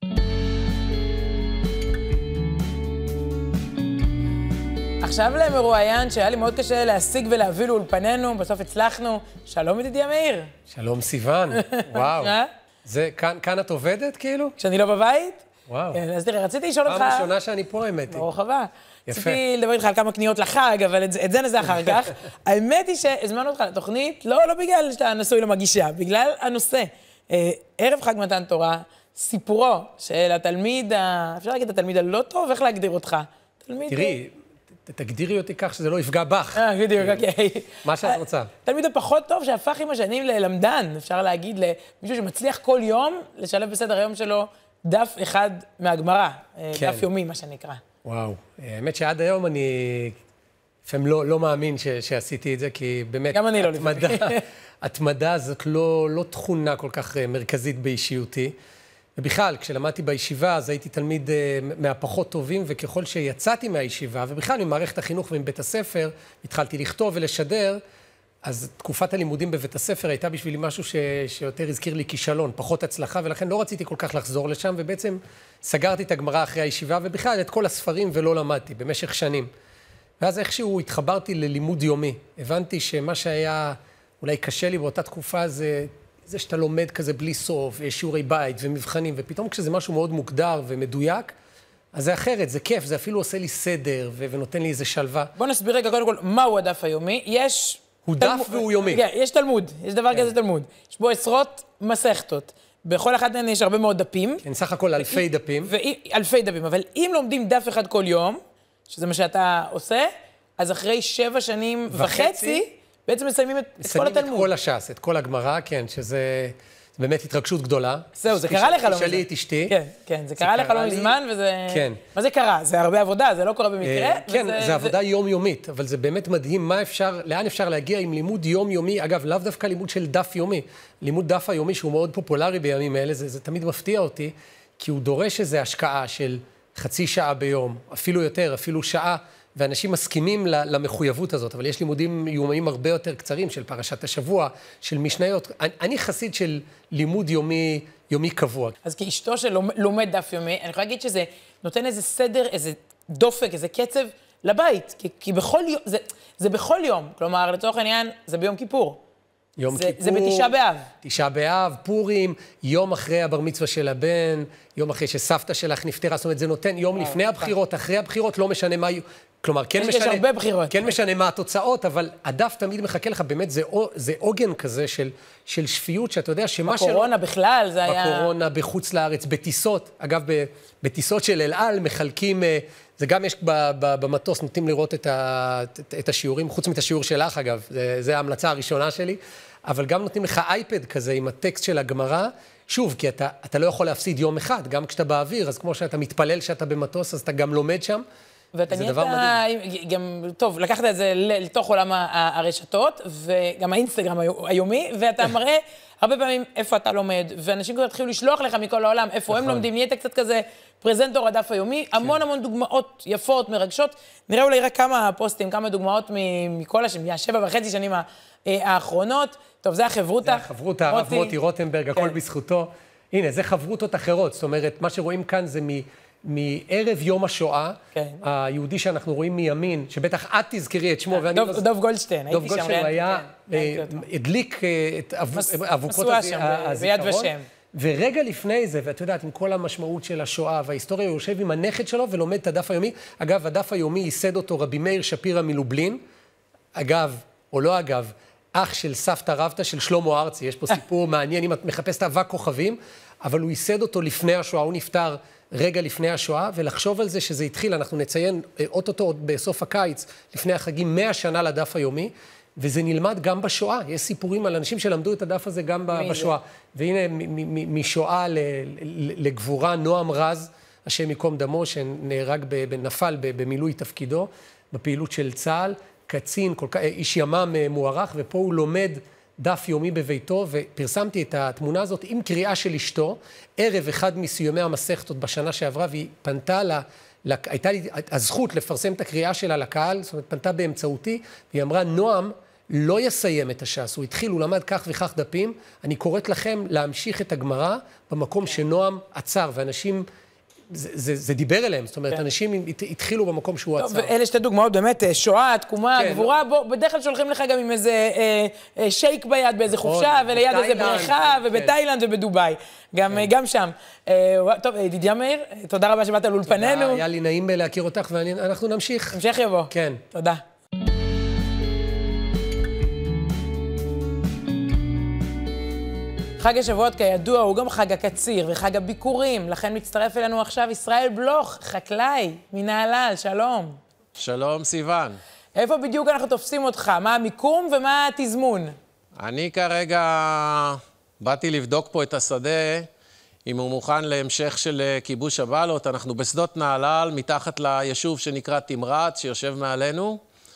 [SPEAKER 1] עכשיו למרואיין שהיה לי מאוד קשה להשיג ולהביא לאולפנינו, בסוף הצלחנו. שלום ידידיה מאיר.
[SPEAKER 11] שלום סיוון, וואו. זה, כאן את עובדת כאילו?
[SPEAKER 1] כשאני לא בבית?
[SPEAKER 11] וואו.
[SPEAKER 1] אז תראה, רציתי לשאול אותך...
[SPEAKER 11] פעם ראשונה שאני פה, האמת.
[SPEAKER 1] ברוך הבא.
[SPEAKER 11] יפה.
[SPEAKER 1] רציתי לדבר איתך על כמה קניות לחג, אבל את זה נזה אחר כך. האמת היא שהזמנו אותך לתוכנית, לא בגלל שאתה נשוי למגישה, בגלל הנושא. ערב חג מתן תורה, סיפורו של התלמיד, אפשר להגיד התלמיד הלא טוב, איך להגדיר אותך?
[SPEAKER 11] תראי, תגדירי אותי כך שזה לא יפגע בך.
[SPEAKER 1] בדיוק, אוקיי.
[SPEAKER 11] מה שאת רוצה.
[SPEAKER 1] תלמיד הפחות טוב שהפך עם השנים ללמדן, אפשר להגיד למישהו שמצליח כל יום לשלב בסדר היום שלו דף אחד מהגמרא, דף יומי, מה שנקרא.
[SPEAKER 11] וואו, האמת שעד היום אני לפעמים לא מאמין שעשיתי את זה, כי באמת...
[SPEAKER 1] גם אני לא לפעמים.
[SPEAKER 11] התמדה זאת לא תכונה כל כך מרכזית באישיותי. ובכלל, כשלמדתי בישיבה, אז הייתי תלמיד מהפחות טובים, וככל שיצאתי מהישיבה, ובכלל ממערכת החינוך ומבית הספר, התחלתי לכתוב ולשדר, אז תקופת הלימודים בבית הספר הייתה בשבילי משהו שיותר הזכיר לי כישלון, פחות הצלחה, ולכן לא רציתי כל כך לחזור לשם, ובעצם סגרתי את הגמרא אחרי הישיבה, ובכלל את כל הספרים ולא למדתי במשך שנים. ואז איכשהו התחברתי ללימוד יומי. הבנתי שמה שהיה אולי קשה לי באותה תקופה זה שאתה לומד כזה בלי סוף, יש שיעורי בית ומבחנים, ופתאום כשזה משהו מאוד מוגדר ומדויק, אז זה אחרת, זה כיף, זה אפילו עושה לי סדר ונותן לי איזה שלווה.
[SPEAKER 1] בוא נסביר רגע קודם כל, מהו הדף היומי? יש...
[SPEAKER 11] הוא דף והוא יומי.
[SPEAKER 1] כן, יש תלמוד, יש דבר כזה תלמוד. יש בו עשרות מסכתות. בכל אחת מהן יש הרבה מאוד דפים.
[SPEAKER 11] כן, סך הכל אלפי דפים.
[SPEAKER 1] אלפי דפים, אבל אם לומדים דף אחד כל יום, שזה מה שאתה עושה, אז אחרי 7 שנים וחצי, בעצם מסיימים את כל התלמוד.
[SPEAKER 11] מסיימים את כל הש"ס, את כל הגמרא, כן, שזה באמת התרגשות גדולה.
[SPEAKER 1] זהו, זה קרה לך לא מזמן.
[SPEAKER 11] תשאלי את אשתי.
[SPEAKER 1] כן, זה קרה לך לא מזמן, וזה...
[SPEAKER 11] כן.
[SPEAKER 1] מה זה קרה? זה הרבה עבודה, זה לא קורה במקרה.
[SPEAKER 11] כן, זה עבודה יומיומית, אבל זה באמת מדהים לאן אפשר להגיע עם לימוד יומיומי. אגב, לאו דווקא לימוד של דף יומי. לימוד דף היומי, שהוא מאוד פופולרי בימים האלה, זה תמיד מפתיע אותי, כי הוא דורש איזו השקעה של חצי שעה ביום, אפילו יותר, אפילו שעה, ואנשים מסכימים למחויבות הזאת, אבל יש לימודים יומיים הרבה יותר קצרים, של פרשת השבוע, של משניות. אני חסיד של לימוד יומי קבוע.
[SPEAKER 1] אז כאשתו שלומד דף יומי, אני יכולה להגיד שזה נותן איזה סדר, איזה דופק, איזה קצב לבית, כי בכל יום, זה בכל יום. כלומר, לצורך העניין, זה ביום כיפור.
[SPEAKER 11] יום כיפור,
[SPEAKER 1] זה בתשעה באב.
[SPEAKER 11] תשעה באב, פורים, יום אחרי הבר מצווה של הבן, יום אחרי שסבתא שלך נפטרה, זאת אומרת, זה נותן יום לפני הבחירות, אחרי הבחירות, לא משנה מה... כלומר,
[SPEAKER 1] יש הרבה בחירות.
[SPEAKER 11] כן משנה מה התוצאות, אבל הדף תמיד מחכה לך, באמת זה עוגן כזה של שפיות, שאתה יודע שמה שלא...
[SPEAKER 1] בקורונה בכלל, זה היה...
[SPEAKER 11] בקורונה, בחוץ לארץ, בטיסות. אגב, בטיסות של אל על מחלקים... זה גם יש במטוס, נותנים לראות את השיעורים, חוץ מאת השיעור שלך, אגב, זה ההמלצה הראשונה שלי, אבל גם נותנים לך אייפד כזה עם הטקסט של הגמרא, שוב, כי אתה לא יכול להפסיד יום אחד, גם כשאתה באוויר, אז כמו שאתה מתפלל שאתה במטוס, אז אתה גם לומד שם.
[SPEAKER 1] ואתה נהיית, גם, טוב, לקחת את זה לתוך עולם הרשתות, וגם האינסטגרם היומי, ואתה מראה הרבה פעמים איפה אתה לומד, ואנשים כבר התחילו לשלוח לך מכל העולם, איפה הם לומדים, נהיית קצת כזה פרזנטור הדף היומי, המון דוגמאות יפות, מרגשות. נראה אולי רק כמה פוסטים, כמה דוגמאות מכל ה7.5 שנים האחרונות. טוב, זה החברותא.
[SPEAKER 11] זה החברותא, הרב מוטי רוטנברג, הכל בזכותו. הנה, זה חברותות אחרות, זאת אומרת, מה שרואים כאן זה מערב יום השואה, היהודי שאנחנו רואים מימין, שבטח את תזכרי את שמו,
[SPEAKER 1] דוב גולדשטיין, הייתי שם.
[SPEAKER 11] דוב גולדשטיין, הוא היה, הדליק את אבוקות
[SPEAKER 1] ביד ושם.
[SPEAKER 11] ורגע לפני זה, ואת יודעת, עם כל המשמעות של השואה וההיסטוריה, הוא יושב עם הנכד שלו ולומד את הדף היומי. אגב, הדף היומי ייסד אותו רבי מאיר שפירא מלובלין. אגב, או לא אגב, אח של סבתא רבתא של שלמה ארצי. יש פה סיפור מעניין, אם את מחפשת אבק כוכבים, אבל הוא ייסד אותו לפני השואה, הוא נפטר רגע לפני השואה, ולחשוב על זה שזה התחיל, אנחנו נציין אוטוטו בסוף הקיץ, לפני החגים, 100 שנה לדף היומי, וזה נלמד גם בשואה. יש סיפורים על אנשים שלמדו את הדף הזה גם בשואה. והנה, משואה לגבורה, נועם רז, השם יקום דמו, שנהרג, נפל במילוי תפקידו, בפעילות של צה"ל, קצין, איש ימ"מ מוערך, ופה הוא לומד דף יומי בביתו, ופרסמתי את התמונה הזאת עם קריאה של אשתו, ערב אחד מסיומי המסכתות בשנה שעברה, והיא פנתה הייתה לי הזכות לפרסם את הקריאה שלה לקהל, זאת אומרת, פנתה באמצעותי, והיא אמרה, נועם לא יסיים את הש"ס, הוא התחיל, הוא למד כך וכך דפים, אני קוראת לכם להמשיך את הגמרא במקום שנועם עצר, ואנשים, זה דיבר אליהם, זאת אומרת, אנשים התחילו במקום שהוא עצר.
[SPEAKER 1] ואלה שתי דוגמאות, באמת, שואה, תקומה, גבורה, בדרך כלל שולחים לך גם עם איזה שייק ביד, באיזה חופשה, וליד איזה בריכה, ובתאילנד ובדובאי. גם שם. טוב, ידידיה מאיר, תודה רבה שבאת לאולפנינו.
[SPEAKER 11] היה לי נעים להכיר אותך, ואנחנו נמשיך.
[SPEAKER 1] המשך יבוא.
[SPEAKER 11] כן.
[SPEAKER 1] תודה. חג השבועות כידוע הוא גם חג הקציר וחג הביקורים, לכן מצטרף אלינו עכשיו ישראל בלוך, חקלאי מנהלל, שלום.
[SPEAKER 12] שלום סיוון.
[SPEAKER 1] איפה בדיוק אנחנו תופסים אותך? מה המיקום ומה התזמון?
[SPEAKER 12] אני כרגע באתי לבדוק פה את השדה, אם הוא מוכן להמשך של כיבוש הבלות. אנחנו בשדות נהלל, מתחת ליישוב שנקרא תמרת, שיושב מעלינו.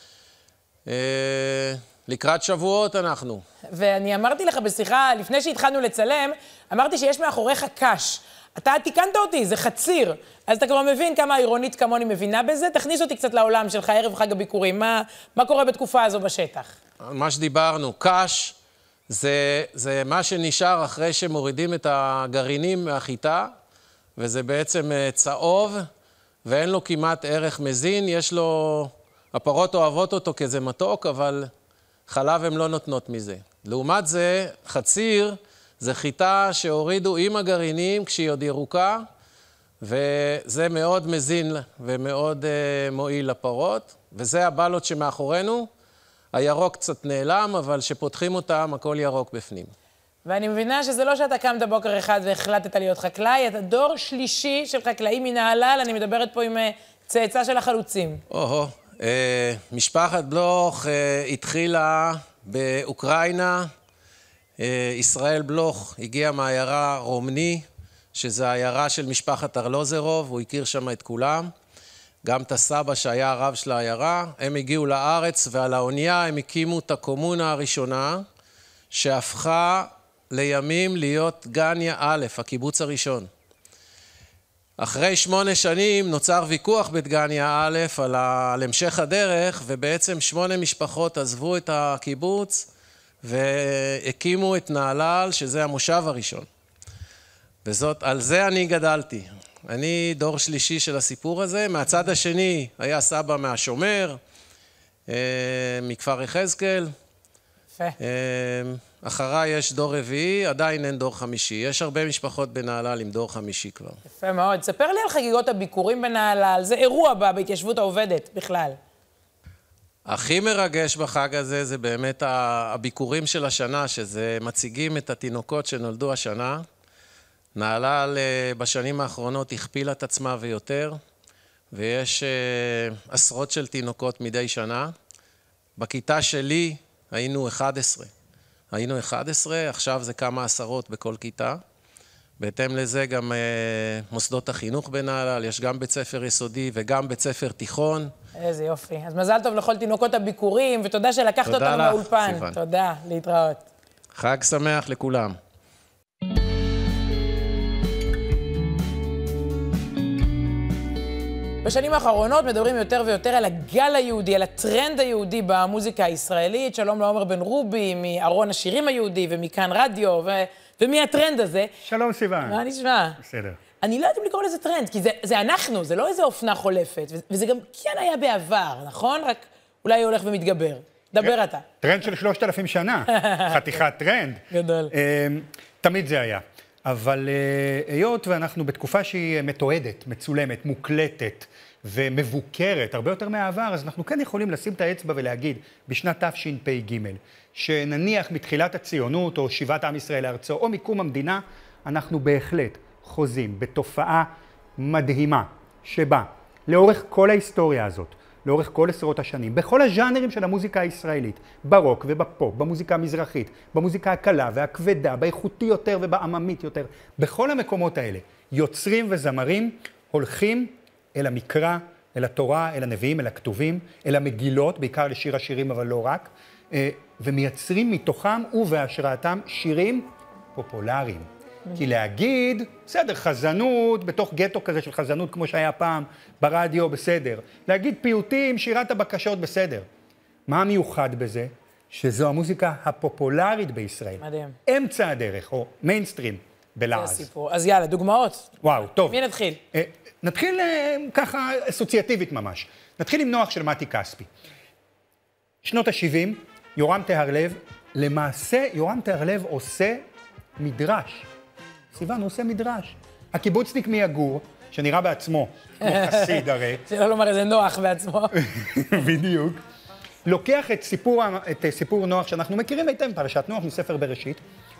[SPEAKER 12] לקראת שבועות אנחנו.
[SPEAKER 1] ואני אמרתי לך בשיחה, לפני שהתחלנו לצלם, אמרתי שיש מאחוריך קש. אתה תיקנת אותי, זה חציר. אז אתה כבר מבין כמה העירונית כמוני מבינה בזה? תכניס אותי קצת לעולם שלך, ערב חג הביקורים. מה קורה בתקופה הזו בשטח?
[SPEAKER 12] מה שדיברנו, קש זה מה שנשאר אחרי שמורידים את הגרעינים מהחיטה, וזה בעצם צהוב, ואין לו כמעט ערך מזין. יש לו, הפרות אוהבות אותו כזה מתוק, אבל חלב הן לא נותנות מזה. לעומת זה, חציר זה חיטה שהורידו עם הגרעינים כשהיא עוד ירוקה, וזה מאוד מזין ומאוד מועיל לפרות, וזה הבלות שמאחורינו. הירוק קצת נעלם, אבל שפותחים אותם, הכל ירוק בפנים.
[SPEAKER 1] ואני מבינה שזה לא שאתה קמת בוקר אחד והחלטת להיות חקלאי, אתה דור שלישי של חקלאים מנהלל, אני מדברת פה עם צאצא של החלוצים.
[SPEAKER 12] משפחת בלוך התחילה באוקראינה. ישראל בלוך הגיע מהעיירה רומני, שזה העיירה של משפחת ארלוזרוב, הוא הכיר שם את כולם. גם את הסבא שהיה הרב של העיירה. הם הגיעו לארץ, ועל האונייה הם הקימו את הקומונה הראשונה, שהפכה לימים להיות גניה א', הקיבוץ הראשון. אחרי 8 שנים נוצר ויכוח בדגניה א' על המשך הדרך, ובעצם 8 משפחות עזבו את הקיבוץ, והקימו את נהלל, שזה המושב הראשון. וזאת, על זה אני גדלתי. אני דור שלישי של הסיפור הזה. מהצד השני היה סבא מהשומר, מכפר יחזקאל. אחריי יש דור רביעי, עדיין אין דור חמישי. יש הרבה משפחות בנהלל עם דור חמישי כבר.
[SPEAKER 1] יפה מאוד. ספר לי על חגיגות הביקורים בנהלל. זה אירוע בהתיישבות העובדת בכלל.
[SPEAKER 12] הכי מרגש בחג הזה זה באמת הביקורים של השנה, שזה מציגים את התינוקות שנולדו השנה. נהלל בשנים האחרונות הכפילה את עצמה ויותר, ויש עשרות של תינוקות מדי שנה. בכיתה שלי היינו 11. עכשיו זה כמה עשרות בכל כיתה. בהתאם לזה גם מוסדות החינוך בנהלל, יש גם בית ספר יסודי וגם בית ספר תיכון.
[SPEAKER 1] איזה יופי. אז מזל טוב לכל תינוקות הביקורים, ותודה שלקחת אותנו מהאולפן.
[SPEAKER 12] סיוון.
[SPEAKER 1] תודה, להתראות.
[SPEAKER 12] חג שמח לכולם.
[SPEAKER 1] בשנים האחרונות מדברים יותר ויותר על הגל היהודי, על הטרנד היהודי במוזיקה הישראלית. שלום לעומר בן רובי, מארון השירים היהודי ומכאן רדיו, ומהטרנד הזה.
[SPEAKER 13] שלום סיוון.
[SPEAKER 1] מה נשמע?
[SPEAKER 13] בסדר.
[SPEAKER 1] אני לא יודעת אם לקרוא לזה טרנד, כי זה אנחנו, זה לא איזה אופנה חולפת, וזה גם כן היה בעבר, נכון? רק אולי הולך ומתגבר. דבר אתה.
[SPEAKER 13] טרנד של 3,000 שנה, חתיכת טרנד.
[SPEAKER 1] גדול.
[SPEAKER 13] תמיד זה היה. אבל היות ואנחנו בתקופה שהיא מתועדת, מצולמת, מוקלטת ומבוקרת, הרבה יותר מהעבר, אז אנחנו כן יכולים לשים את האצבע ולהגיד, בשנת תשפ"ג, שנניח מתחילת הציונות או שיבת עם ישראל לארצו או מקום המדינה, אנחנו בהחלט חוזים בתופעה מדהימה, שבה לאורך כל ההיסטוריה הזאת, לאורך כל עשרות השנים, בכל הז'אנרים של המוזיקה הישראלית, ברוק ובפופ, במוזיקה המזרחית, במוזיקה הקלה והכבדה, באיכותי יותר ובעממית יותר, בכל המקומות האלה, יוצרים וזמרים הולכים אל המקרא, אל התורה, אל הנביאים, אל הכתובים, אל המגילות, בעיקר לשיר השירים אבל לא רק, ומייצרים מתוכם ובהשראתם שירים פופולריים. כי להגיד, בסדר, חזנות, בתוך גטו כזה של חזנות כמו שהיה פעם ברדיו, בסדר. להגיד פיוטים, שירת הבקשות, בסדר. מה המיוחד בזה? שזו המוזיקה הפופולרית בישראל.
[SPEAKER 1] מדהים.
[SPEAKER 13] אמצע הדרך, או מיינסטרים בלעז.
[SPEAKER 1] זה סיפור. אז יאללה, דוגמאות.
[SPEAKER 13] וואו, טוב.
[SPEAKER 1] מי נתחיל?
[SPEAKER 13] נתחיל ככה אסוציאטיבית ממש. נתחיל עם נוח של מתי כספי. שנות ה-70, יורם טהרלב, למעשה יורם טהרלב עושה מדרש. סיוון, הוא עושה מדרש. הקיבוצניק מיגור, שנראה בעצמו כמו חסיד הרי.
[SPEAKER 1] שלא לומר איזה נוח בעצמו.
[SPEAKER 13] בדיוק. לוקח את סיפור נוח שאנחנו מכירים היטב, פרשת נוח מספר בראשית,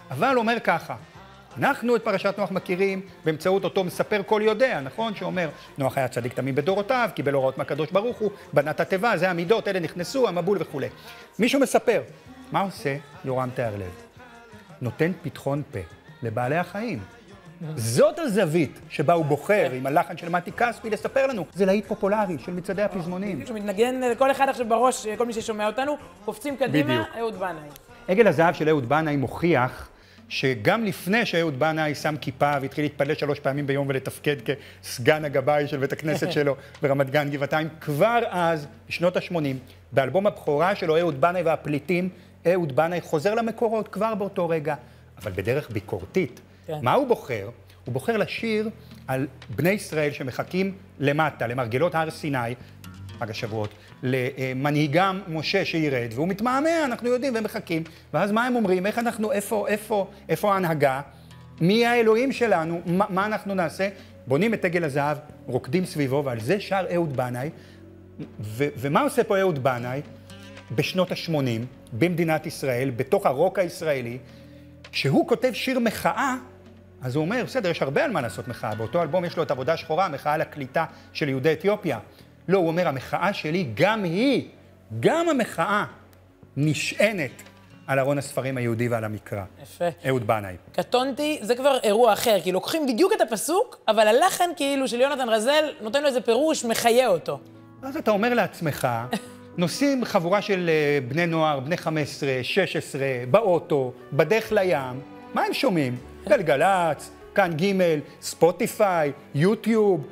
[SPEAKER 13] אבל אומר ככה, אנחנו את פרשת נוח מכירים באמצעות אותו מספר כל יודע, נכון? שאומר, נוח היה צדיק תמים בדורותיו, קיבל הוראות מהקדוש ברוך הוא, בנה את התיבה, זה המידות, אלה נכנסו, המבול וכו'. מישהו מספר, מה עושה יורם תיארלב? נותן פתחון פה לבעלי החיים. זאת הזווית שבה הוא בוחר עם הלחן של מתי כספי לספר לנו. זה להיט פופולרי של מצעדי הפזמונים.
[SPEAKER 1] כשהוא מתנגן לכל אחד עכשיו בראש, כל מי ששומע אותנו, קופצים קדימה, אהוד בנאי.
[SPEAKER 13] עגל הזהב של אהוד בנאי מוכיח שגם לפני שאהוד בנאי שם כיפה והתחיל להתפלל 3 פעמים ביום ולתפקד כסגן הגבאי של בית הכנסת שלו ברמת גן גבעתיים, כבר אז, בשנות ה-80, באלבום הבכורה שלו, אהוד בנאי והפליטים, אהוד בנאי חוזר למקורות כבר באותו רגע, אבל בדרך ביקורתית. מה הוא בוחר? הוא בוחר לשיר על בני ישראל שמחכים למטה, למרגלות הר סיני, חג השבועות, למנהיגם משה שירד, והוא מתמהמה, אנחנו יודעים, והם מחכים. ואז מה הם אומרים? איך אנחנו, איפה ההנהגה? מי האלוהים שלנו? מה אנחנו נעשה? בונים את עגל הזהב, רוקדים סביבו, ועל זה שר אהוד בנאי. ומה עושה פה אהוד בנאי? בשנות ה-80, במדינת ישראל, בתוך הרוק הישראלי, כשהוא כותב שיר מחאה, אז הוא אומר, בסדר, יש הרבה על מה לעשות מחאה. באותו אלבום יש לו את עבודה שחורה, מחאה על הקליטה של יהודי אתיופיה. לא, הוא אומר, המחאה שלי, גם היא, גם המחאה, נשענת על ארון הספרים היהודי ועל המקרא.
[SPEAKER 1] יפה.
[SPEAKER 13] אהוד בנאי.
[SPEAKER 1] קטונתי, זה כבר אירוע אחר, כי לוקחים בדיוק את הפסוק, אבל הלחן כאילו של יונתן רזל נותן לו איזה פירוש, מחיה אותו.
[SPEAKER 13] אז אתה אומר לעצמך, נוסעים חבורה של בני נוער, בני 15, 16, באוטו, בדרך לים, מה הם שומעים? גלגלץ, כאן ג', ספוטיפיי, יוטיוב,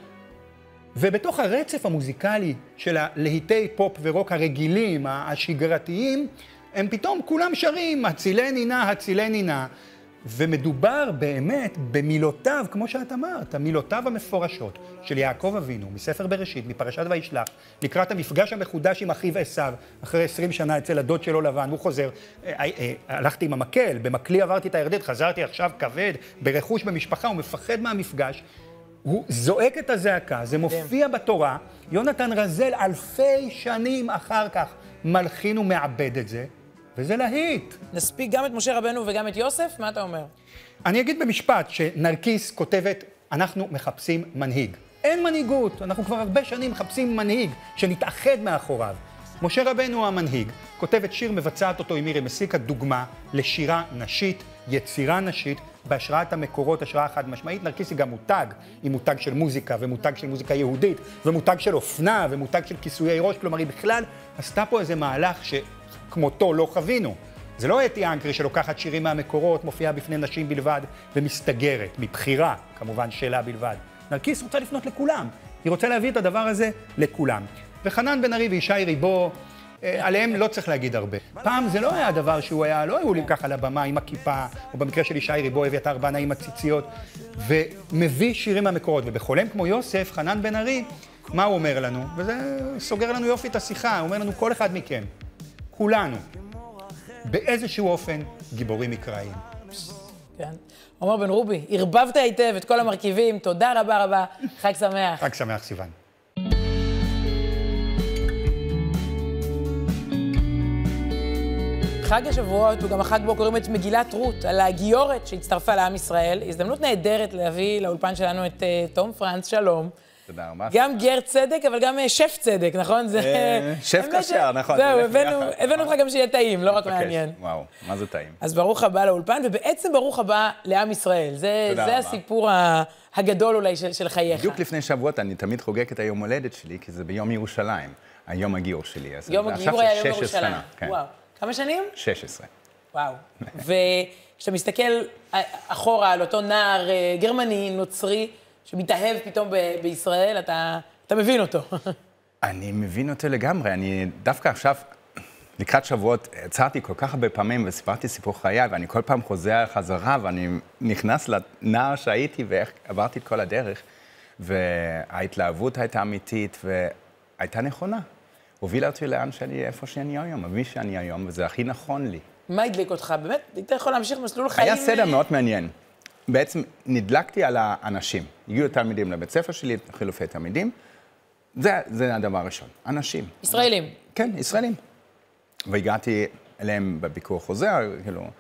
[SPEAKER 13] ובתוך הרצף המוזיקלי של הלהיטי פופ ורוק הרגילים, השגרתיים, הם פתאום כולם שרים, הצילי נינה, הצילי נינה. ומדובר באמת במילותיו, כמו שאת אמרת, המילותיו המפורשות של יעקב אבינו, מספר בראשית, מפרשת וישלח, לקראת המפגש המחודש עם אחיו עשיו, אחרי 20 שנה אצל הדוד שלו לבן, הוא חוזר, הלכתי עם המקל, במקלי עברתי את הירדן, חזרתי עכשיו כבד, ברכוש במשפחה, הוא מפחד מהמפגש, הוא זועק את הזעקה, זה מופיע בתורה, יונתן רזל אלפי שנים אחר כך מלחין ומעבד את זה, וזה להיט.
[SPEAKER 1] נספיק גם את משה רבנו וגם את יוסף? מה אתה אומר?
[SPEAKER 13] אני אגיד במשפט שנרקיס כותבת, אנחנו מחפשים מנהיג. אין מנהיגות, אנחנו כבר הרבה שנים מחפשים מנהיג שנתאחד מאחוריו. משה רבנו הוא המנהיג, כותבת שיר, מבצעת אותו עם מירי מסיקה, דוגמה לשירה נשית, יצירה נשית, בהשראת המקורות, השראה חד משמעית. נרקיס היא גם מותג, היא מותג של מוזיקה, ומותג של מוזיקה יהודית, ומותג של אופנה, ומותג של כיסויי ראש, כלומר היא בכלל עשתה פה איזה מהלך שכמותו לא חווינו. זה לא אתי אנקרי שלוקחת שירים מהמקורות, מופיעה בפני נשים בלבד, ומסתגרת, מבחירה, כמובן שאלה בלבד. נרקיס רוצה לפנות לכולם, היא רוצה להביא את הדבר הזה לכולם. וחנן בן ארי וישי ריבו, עליהם לא צריך להגיד הרבה. פעם זה לא היה הדבר שהוא היה, לא היו עולים ככה לבמה עם הכיפה, או במקרה של ישי ריבו, אביתר בנאי עם הציציות, ומביא שירים מהמקורות. ובחולם כמו יוסף, חנן בן ארי, מה הוא אומר לנו? וזה סוגר לנו יופי את השיחה, הוא אומר לנו, כל אחד מכם, כולנו, באיזשהו אופן, גיבורים מקראיים.
[SPEAKER 1] כן. עומר בן רובי, הרבבת היטב את כל המרכיבים, תודה רבה רבה, חג שמח.
[SPEAKER 13] חג שמח, סיוון.
[SPEAKER 1] חג השבועות הוא גם החג בו קוראים את מגילת רות, על הגיורת שהצטרפה לעם ישראל. הזדמנות נהדרת להביא לאולפן שלנו את תום פרנץ, שלום.
[SPEAKER 14] תודה רבה.
[SPEAKER 1] גם גר צדק, אבל גם שף צדק, נכון?
[SPEAKER 14] שף כשר, נכון.
[SPEAKER 1] זהו, הבאנו אותך גם שיהיה טעים, לא רק מעניין.
[SPEAKER 14] וואו, מה זה טעים?
[SPEAKER 1] אז ברוך הבא לאולפן, ובעצם ברוך הבא לעם ישראל. זה הסיפור הגדול אולי של חייך.
[SPEAKER 14] בדיוק לפני שבועות אני תמיד חוגג את היום הולדת שלי, כי זה ביום ירושלים, היום הגיור שלי.
[SPEAKER 1] יום הגיור היה יום ירושלים. וואו. כמה שנים?
[SPEAKER 14] 16.
[SPEAKER 1] וואו. וכשאתה מסתכל אחורה על אותו נער גרמני, נוצרי, שמתאהב פתאום בישראל, אתה מבין אותו.
[SPEAKER 14] אני מבין אותו לגמרי. אני דווקא עכשיו, לקראת שבועות, הצעתי כל כך הרבה פעמים וסיפרתי סיפור חיי, ואני כל פעם חוזר חזרה, ואני נכנס לנער שהייתי ואיך עברתי את כל הדרך, וההתלהבות הייתה אמיתית והייתה נכונה. הובילה אותי לאן שאני, איפה שאני היום, מי שאני היום, וזה הכי נכון לי.
[SPEAKER 1] מה הדליק אותך? באמת, היית יכול להמשיך מסלול חיים?
[SPEAKER 14] היה סדר מאוד מעניין. בעצם נדלקתי על האנשים. הגיעו תלמידים לבית ספר שלי, חילופי תלמידים. זה הדבר הראשון. אנשים.
[SPEAKER 1] ישראלים.
[SPEAKER 14] כן, ישראלים. והגעתי אליהם בביקור חוזר, כאילו,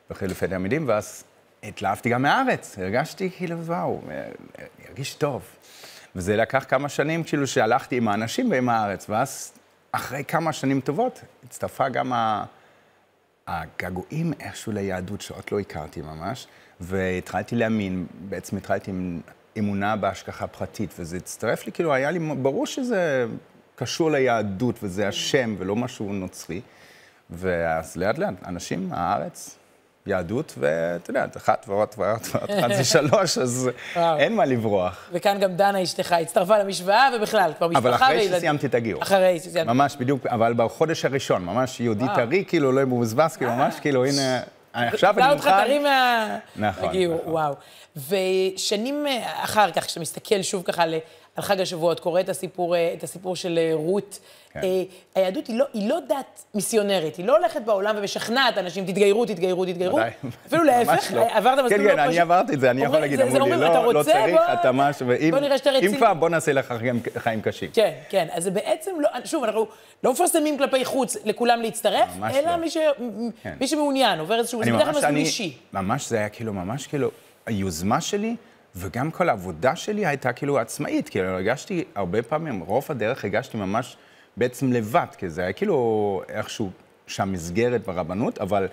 [SPEAKER 14] בחילופי תלמידים, ואז התלהבתי גם מהארץ. הרגשתי כאילו, וואו, הרגיש טוב. וזה לקח כמה שנים, כאילו, שהלכתי עם האנשים ועם הארץ, ואז אחרי כמה שנים טובות, הצטרפה גם הגעגועים איכשהו ליהדות שעוד לא הכרתי ממש, והתחלתי להאמין, בעצם התחלתי עם אמונה בהשגחה פרטית, וזה הצטרף לי, כאילו, היה לי ברור שזה קשור ליהדות, וזה השם ולא משהו נוצרי, ואז לאט לאט, אנשים, הארץ, יהדות, ואתה יודע, אחת ועוד, זה 3, אז אין מה לברוח.
[SPEAKER 1] וכאן גם דנה אשתך הצטרפה למשוואה, ובכלל, כבר משפחה
[SPEAKER 14] וילדים. אבל אחרי שסיימתי את הגיור.
[SPEAKER 1] אחרי שסיימתי.
[SPEAKER 14] ממש, בדיוק, אבל בחודש הראשון, ממש יהודי טרי, כאילו, לא מבוזבז, כאילו, ממש, כאילו, הנה, עכשיו אני מוכן.
[SPEAKER 1] זה אותך טרי מהגיור, וואו. ושנים אחר כך, כשאתה מסתכל שוב ככה על חג השבועות, קורא את הסיפור של רות, היהדות היא לא דת מיסיונרית, היא לא הולכת בעולם ומשכנעת אנשים, תתגיירו. אפילו להפך, עברת מסלול לא פשוט.
[SPEAKER 14] כן, אני עברתי את זה, אני יכול להגיד, אמרו לי, לא צריך, אתה משהו, ואם כבר, בוא נעשה לך חיים קשים.
[SPEAKER 1] כן, אז זה בעצם, שוב, אנחנו לא מפרסמים כלפי חוץ לכולם להצטרף, אלא מי שמעוניין, עובר איזשהו, זה בדרך כלל מסלול אישי.
[SPEAKER 14] ממש, זה היה כאילו, ממש כאילו, היוזמה שלי, וגם כל העבודה שלי הייתה כאילו עצמאית, כאילו הרגשתי הרבה פעמים, רוב הדרך הרגשתי ממש בעצם לבד, כי זה היה כאילו איכשהו שהמסגרת ברבנות, אבל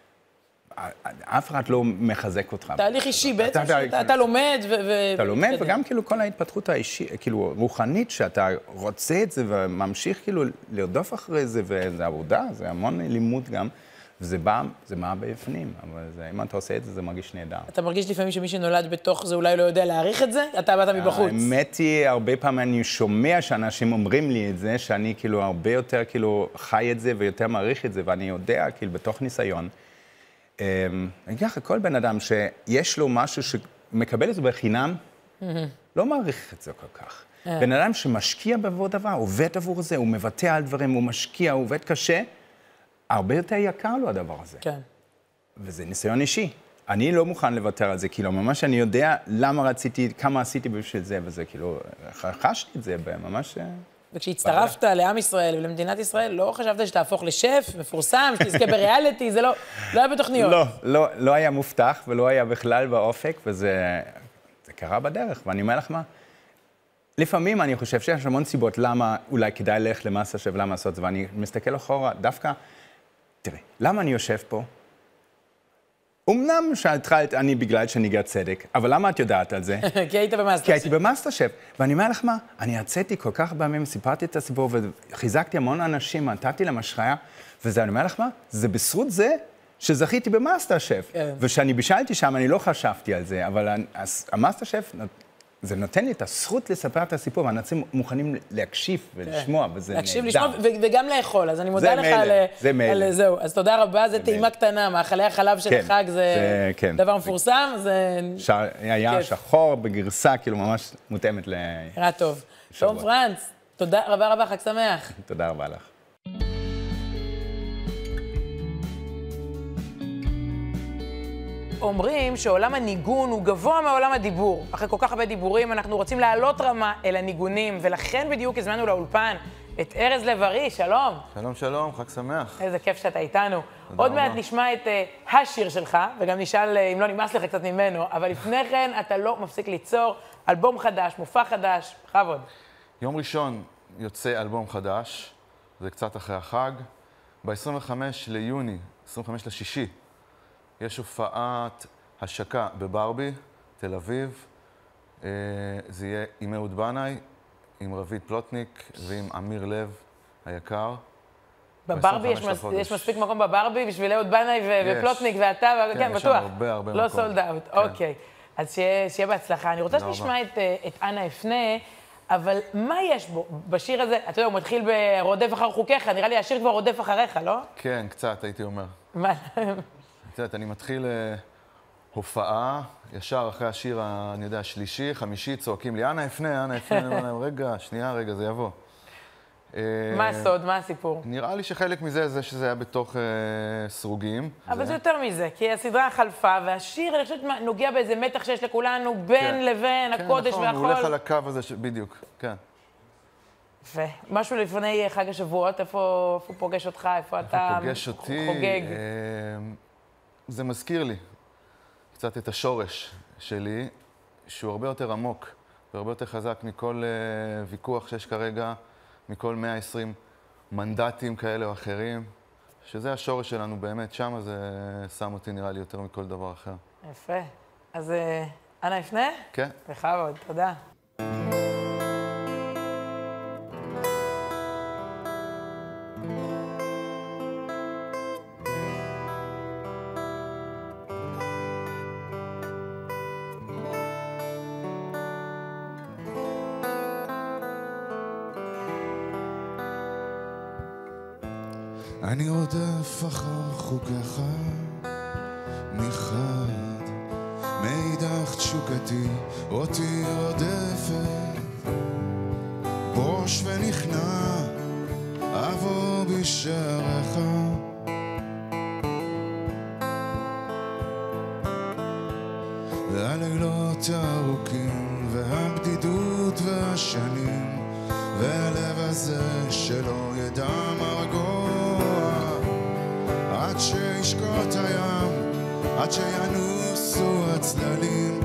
[SPEAKER 14] אף אחד לא מחזק אותך.
[SPEAKER 1] תהליך אישי בעצם, אתה לומד
[SPEAKER 14] אתה לומד, וגם כאילו כל ההתפתחות האישית, כאילו רוחנית, שאתה רוצה את זה וממשיך כאילו לרדוף אחרי זה, וזה עבודה, זה המון לימוד גם. וזה בא בפנים, אבל אם אתה עושה את זה, זה מרגיש נהדר.
[SPEAKER 1] אתה מרגיש לפעמים שמי שנולד בתוך זה אולי לא יודע להעריך את זה? אתה באת מבחוץ.
[SPEAKER 14] האמת היא, הרבה פעמים אני שומע שאנשים אומרים לי את זה, שאני כאילו הרבה יותר כאילו חי את זה ויותר מעריך את זה, ואני יודע, כאילו בתוך ניסיון. אני אגיד לך, כל בן אדם שיש לו משהו שמקבל את זה בחינם, לא מעריך את זה כל כך. בן אדם שמשקיע בעבור דבר, עובד עבור זה, הוא מבטא על דברים, הוא משקיע, הוא עובד קשה, הרבה יותר יקר לו הדבר הזה.
[SPEAKER 1] כן.
[SPEAKER 14] וזה ניסיון אישי. אני לא מוכן לוותר על זה, כאילו, ממש אני יודע למה רציתי, כמה עשיתי בשביל זה, וזה כאילו, חשתי את זה ממש...
[SPEAKER 1] וכשהצטרפת לעם ישראל ולמדינת ישראל, לא חשבת שתהפוך לשף, מפורסם, שתזכה בריאליטי, זה לא היה בתוכניות.
[SPEAKER 14] לא היה מובטח ולא היה בכלל באופק, וזה קרה בדרך, ואני אומר לך מה, לפעמים אני חושב שיש המון סיבות למה אולי כדאי ללכת למאסטר שף, למה לעשות זה, ואני מסתכל אחורה, דווקא, תראי, למה אני יושב פה? אמנם שהתחלת אני בגלל שניגע צדק, אבל למה את יודעת על זה?
[SPEAKER 1] כי היית במאסטר שף.
[SPEAKER 14] כי הייתי במאסטר שף, ואני אומר לך מה, אני יצאתי כל כך פעמים, סיפרתי את הסיפור, וחיזקתי המון אנשים, נתתי להם השראה, וזה, אני אומר לך מה, זה בזכות זה שזכיתי במאסטר שף. ושאני בישלתי שם, אני לא חשבתי על זה, אבל המאסטר שף, זה נותן לי את הזכות לספר את הסיפור, ואנשים מוכנים להקשיב ולשמוע, וזה נהדר.
[SPEAKER 1] להקשיב, לשמוע וגם לאכול, אז אני מודה לך על זהו. אז תודה רבה, זה טעימה קטנה, מאכלי החלב של החג זה דבר מפורסם, זה...
[SPEAKER 14] היה שחור בגרסה, כאילו ממש מותאמת ל...
[SPEAKER 1] נראה טוב. תום פרנץ, תודה רבה רבה, חג שמח.
[SPEAKER 14] תודה רבה לך.
[SPEAKER 1] אומרים שעולם הניגון הוא גבוה מעולם הדיבור. אחרי כל כך הרבה דיבורים אנחנו רוצים לעלות רמה אל הניגונים, ולכן בדיוק הזמנו לאולפן את ארז לב-ארי, שלום.
[SPEAKER 15] שלום, שלום, חג שמח.
[SPEAKER 1] איזה כיף שאתה איתנו. עוד מעט נשמע את השיר שלך, וגם נשאל אם לא נמאס לך קצת ממנו, אבל לפני כן אתה לא מפסיק ליצור אלבום חדש, מופע חדש, בכבוד.
[SPEAKER 15] יום ראשון יוצא אלבום חדש, זה קצת אחרי החג. ב-25 ליוני, 25 לשישי, יש הופעת השקה בברבי, תל אביב. זה יהיה עם אהוד בנאי, עם רביד פלוטניק ועם אמיר לב היקר.
[SPEAKER 1] בברבי יש מספיק מקום בברבי בשביל אהוד בנאי ופלוטניק ואתה, כן, בטוח.
[SPEAKER 15] יש שם הרבה מקום.
[SPEAKER 1] לא סולד אאוט, אוקיי. אז שיהיה בהצלחה. אני רוצה שנשמע את אנה אפנה, אבל מה יש בו בשיר הזה? אתה יודע, הוא מתחיל ברודף אחר חוקיך, נראה לי השיר כבר רודף אחריך, לא?
[SPEAKER 15] כן, קצת, הייתי אומר.
[SPEAKER 1] מה?
[SPEAKER 15] את יודעת, אני מתחיל הופעה, ישר אחרי השיר, אני יודע, השלישי, חמישי, צועקים לי, אנה אפנה, אני אומר להם, רגע, זה יבוא.
[SPEAKER 1] מה הסוד? מה הסיפור?
[SPEAKER 15] נראה לי שחלק מזה זה שזה היה בתוך סרוגים.
[SPEAKER 1] אבל זה יותר מזה, כי הסדרה חלפה, והשיר, אני חושבת, נוגע באיזה מתח שיש לכולנו, בין לבין, הקודש והחול.
[SPEAKER 15] כן, נכון, הוא הולך על הקו הזה, בדיוק, כן.
[SPEAKER 1] ומשהו לפני חג השבועות, איפה פוגש אותך, איפה אתה
[SPEAKER 15] פוגש אותי,
[SPEAKER 1] חוגג?
[SPEAKER 15] זה מזכיר לי קצת את השורש שלי, שהוא הרבה יותר עמוק והרבה יותר חזק מכל ויכוח שיש כרגע, מכל 120 מנדטים כאלה או אחרים, שזה השורש שלנו באמת, שם זה שם אותי נראה לי יותר מכל דבר אחר.
[SPEAKER 1] יפה. אז אנא יפנה?
[SPEAKER 15] כן.
[SPEAKER 1] בכבוד, תודה.
[SPEAKER 16] אני רודף אחר חוקיך מחד, מאידך תשוקתי אותי רודפת, בוש ונכנע אבוא בשעריך, והלילות הארוכים והבדידות והשנים והלב הזה שלא ידע מרגוע, עד שישקוט הים, עד שינוסו הצללים,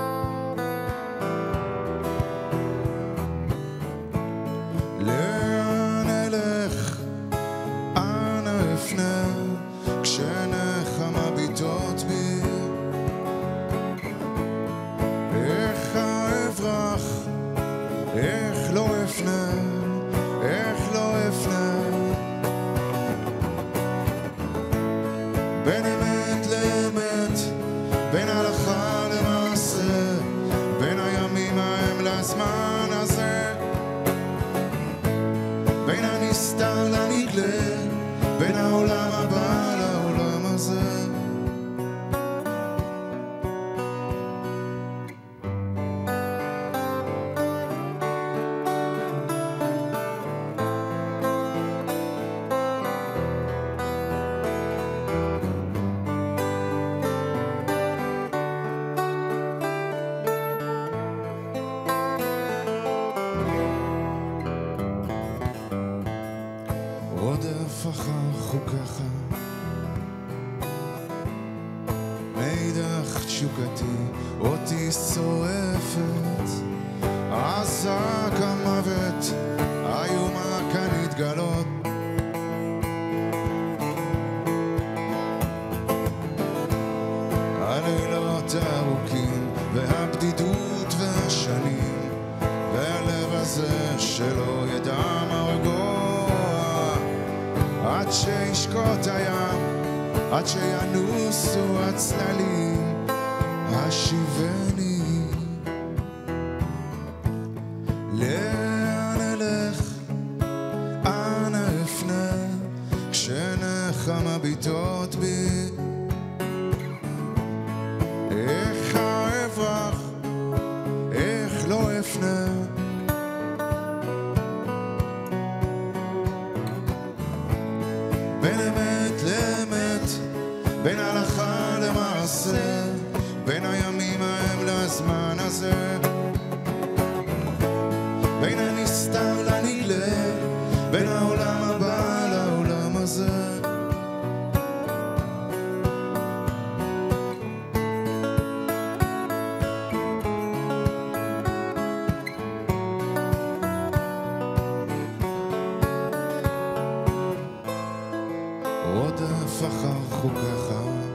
[SPEAKER 16] לאן אלך, אנה אפנה, כשעיניך מביטות בי, איך אברח, איך לא אפנה, איך לא אפנה, בין אמת לאמת, בין הלכה למעשה, בין הימים ההם לזמן הזה, בין הנסתר לנגלה, בין העולם הבא לעולם הזה. רודף אחר חוקיך, מאידך תשוקתי אותי שורפת, עזק המוות איומה כאן התגלות, הלילות הארוכים והבדידות והשנים והלב הזה שלא ידע מרגוע, עד שישקוט הים, עד שינוסו הצללים, השיבני. לאן אלך, אנה אפנה, כשעיניך מביטות בי, איך אברח, איך לא אפנה, בין אמת לאמת, בין הלכה למעשה, בין הימים ההם לזמן הזה, בין הנסתר לנגלה, בין העולם הבא לעולם הזה. רודף אחר חוקיך,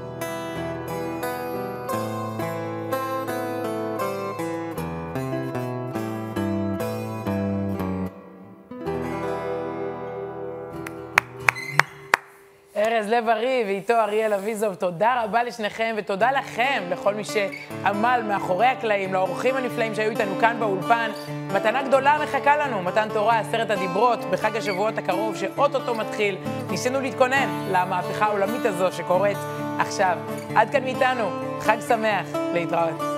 [SPEAKER 1] ארז לב-ארי ואיתו אריאל אביזוב, תודה רבה לשניכם ותודה לכם, לכל מי שעמל מאחורי הקלעים, לאורחים הנפלאים שהיו איתנו כאן באולפן. מתנה גדולה מחכה לנו, מתן תורה, 10 הדיברות, בחג השבועות הקרוב שאוטוטו מתחיל. ניסינו להתכונן למהפכה העולמית הזו שקורית עכשיו. עד כאן מאיתנו, חג שמח, להתראות.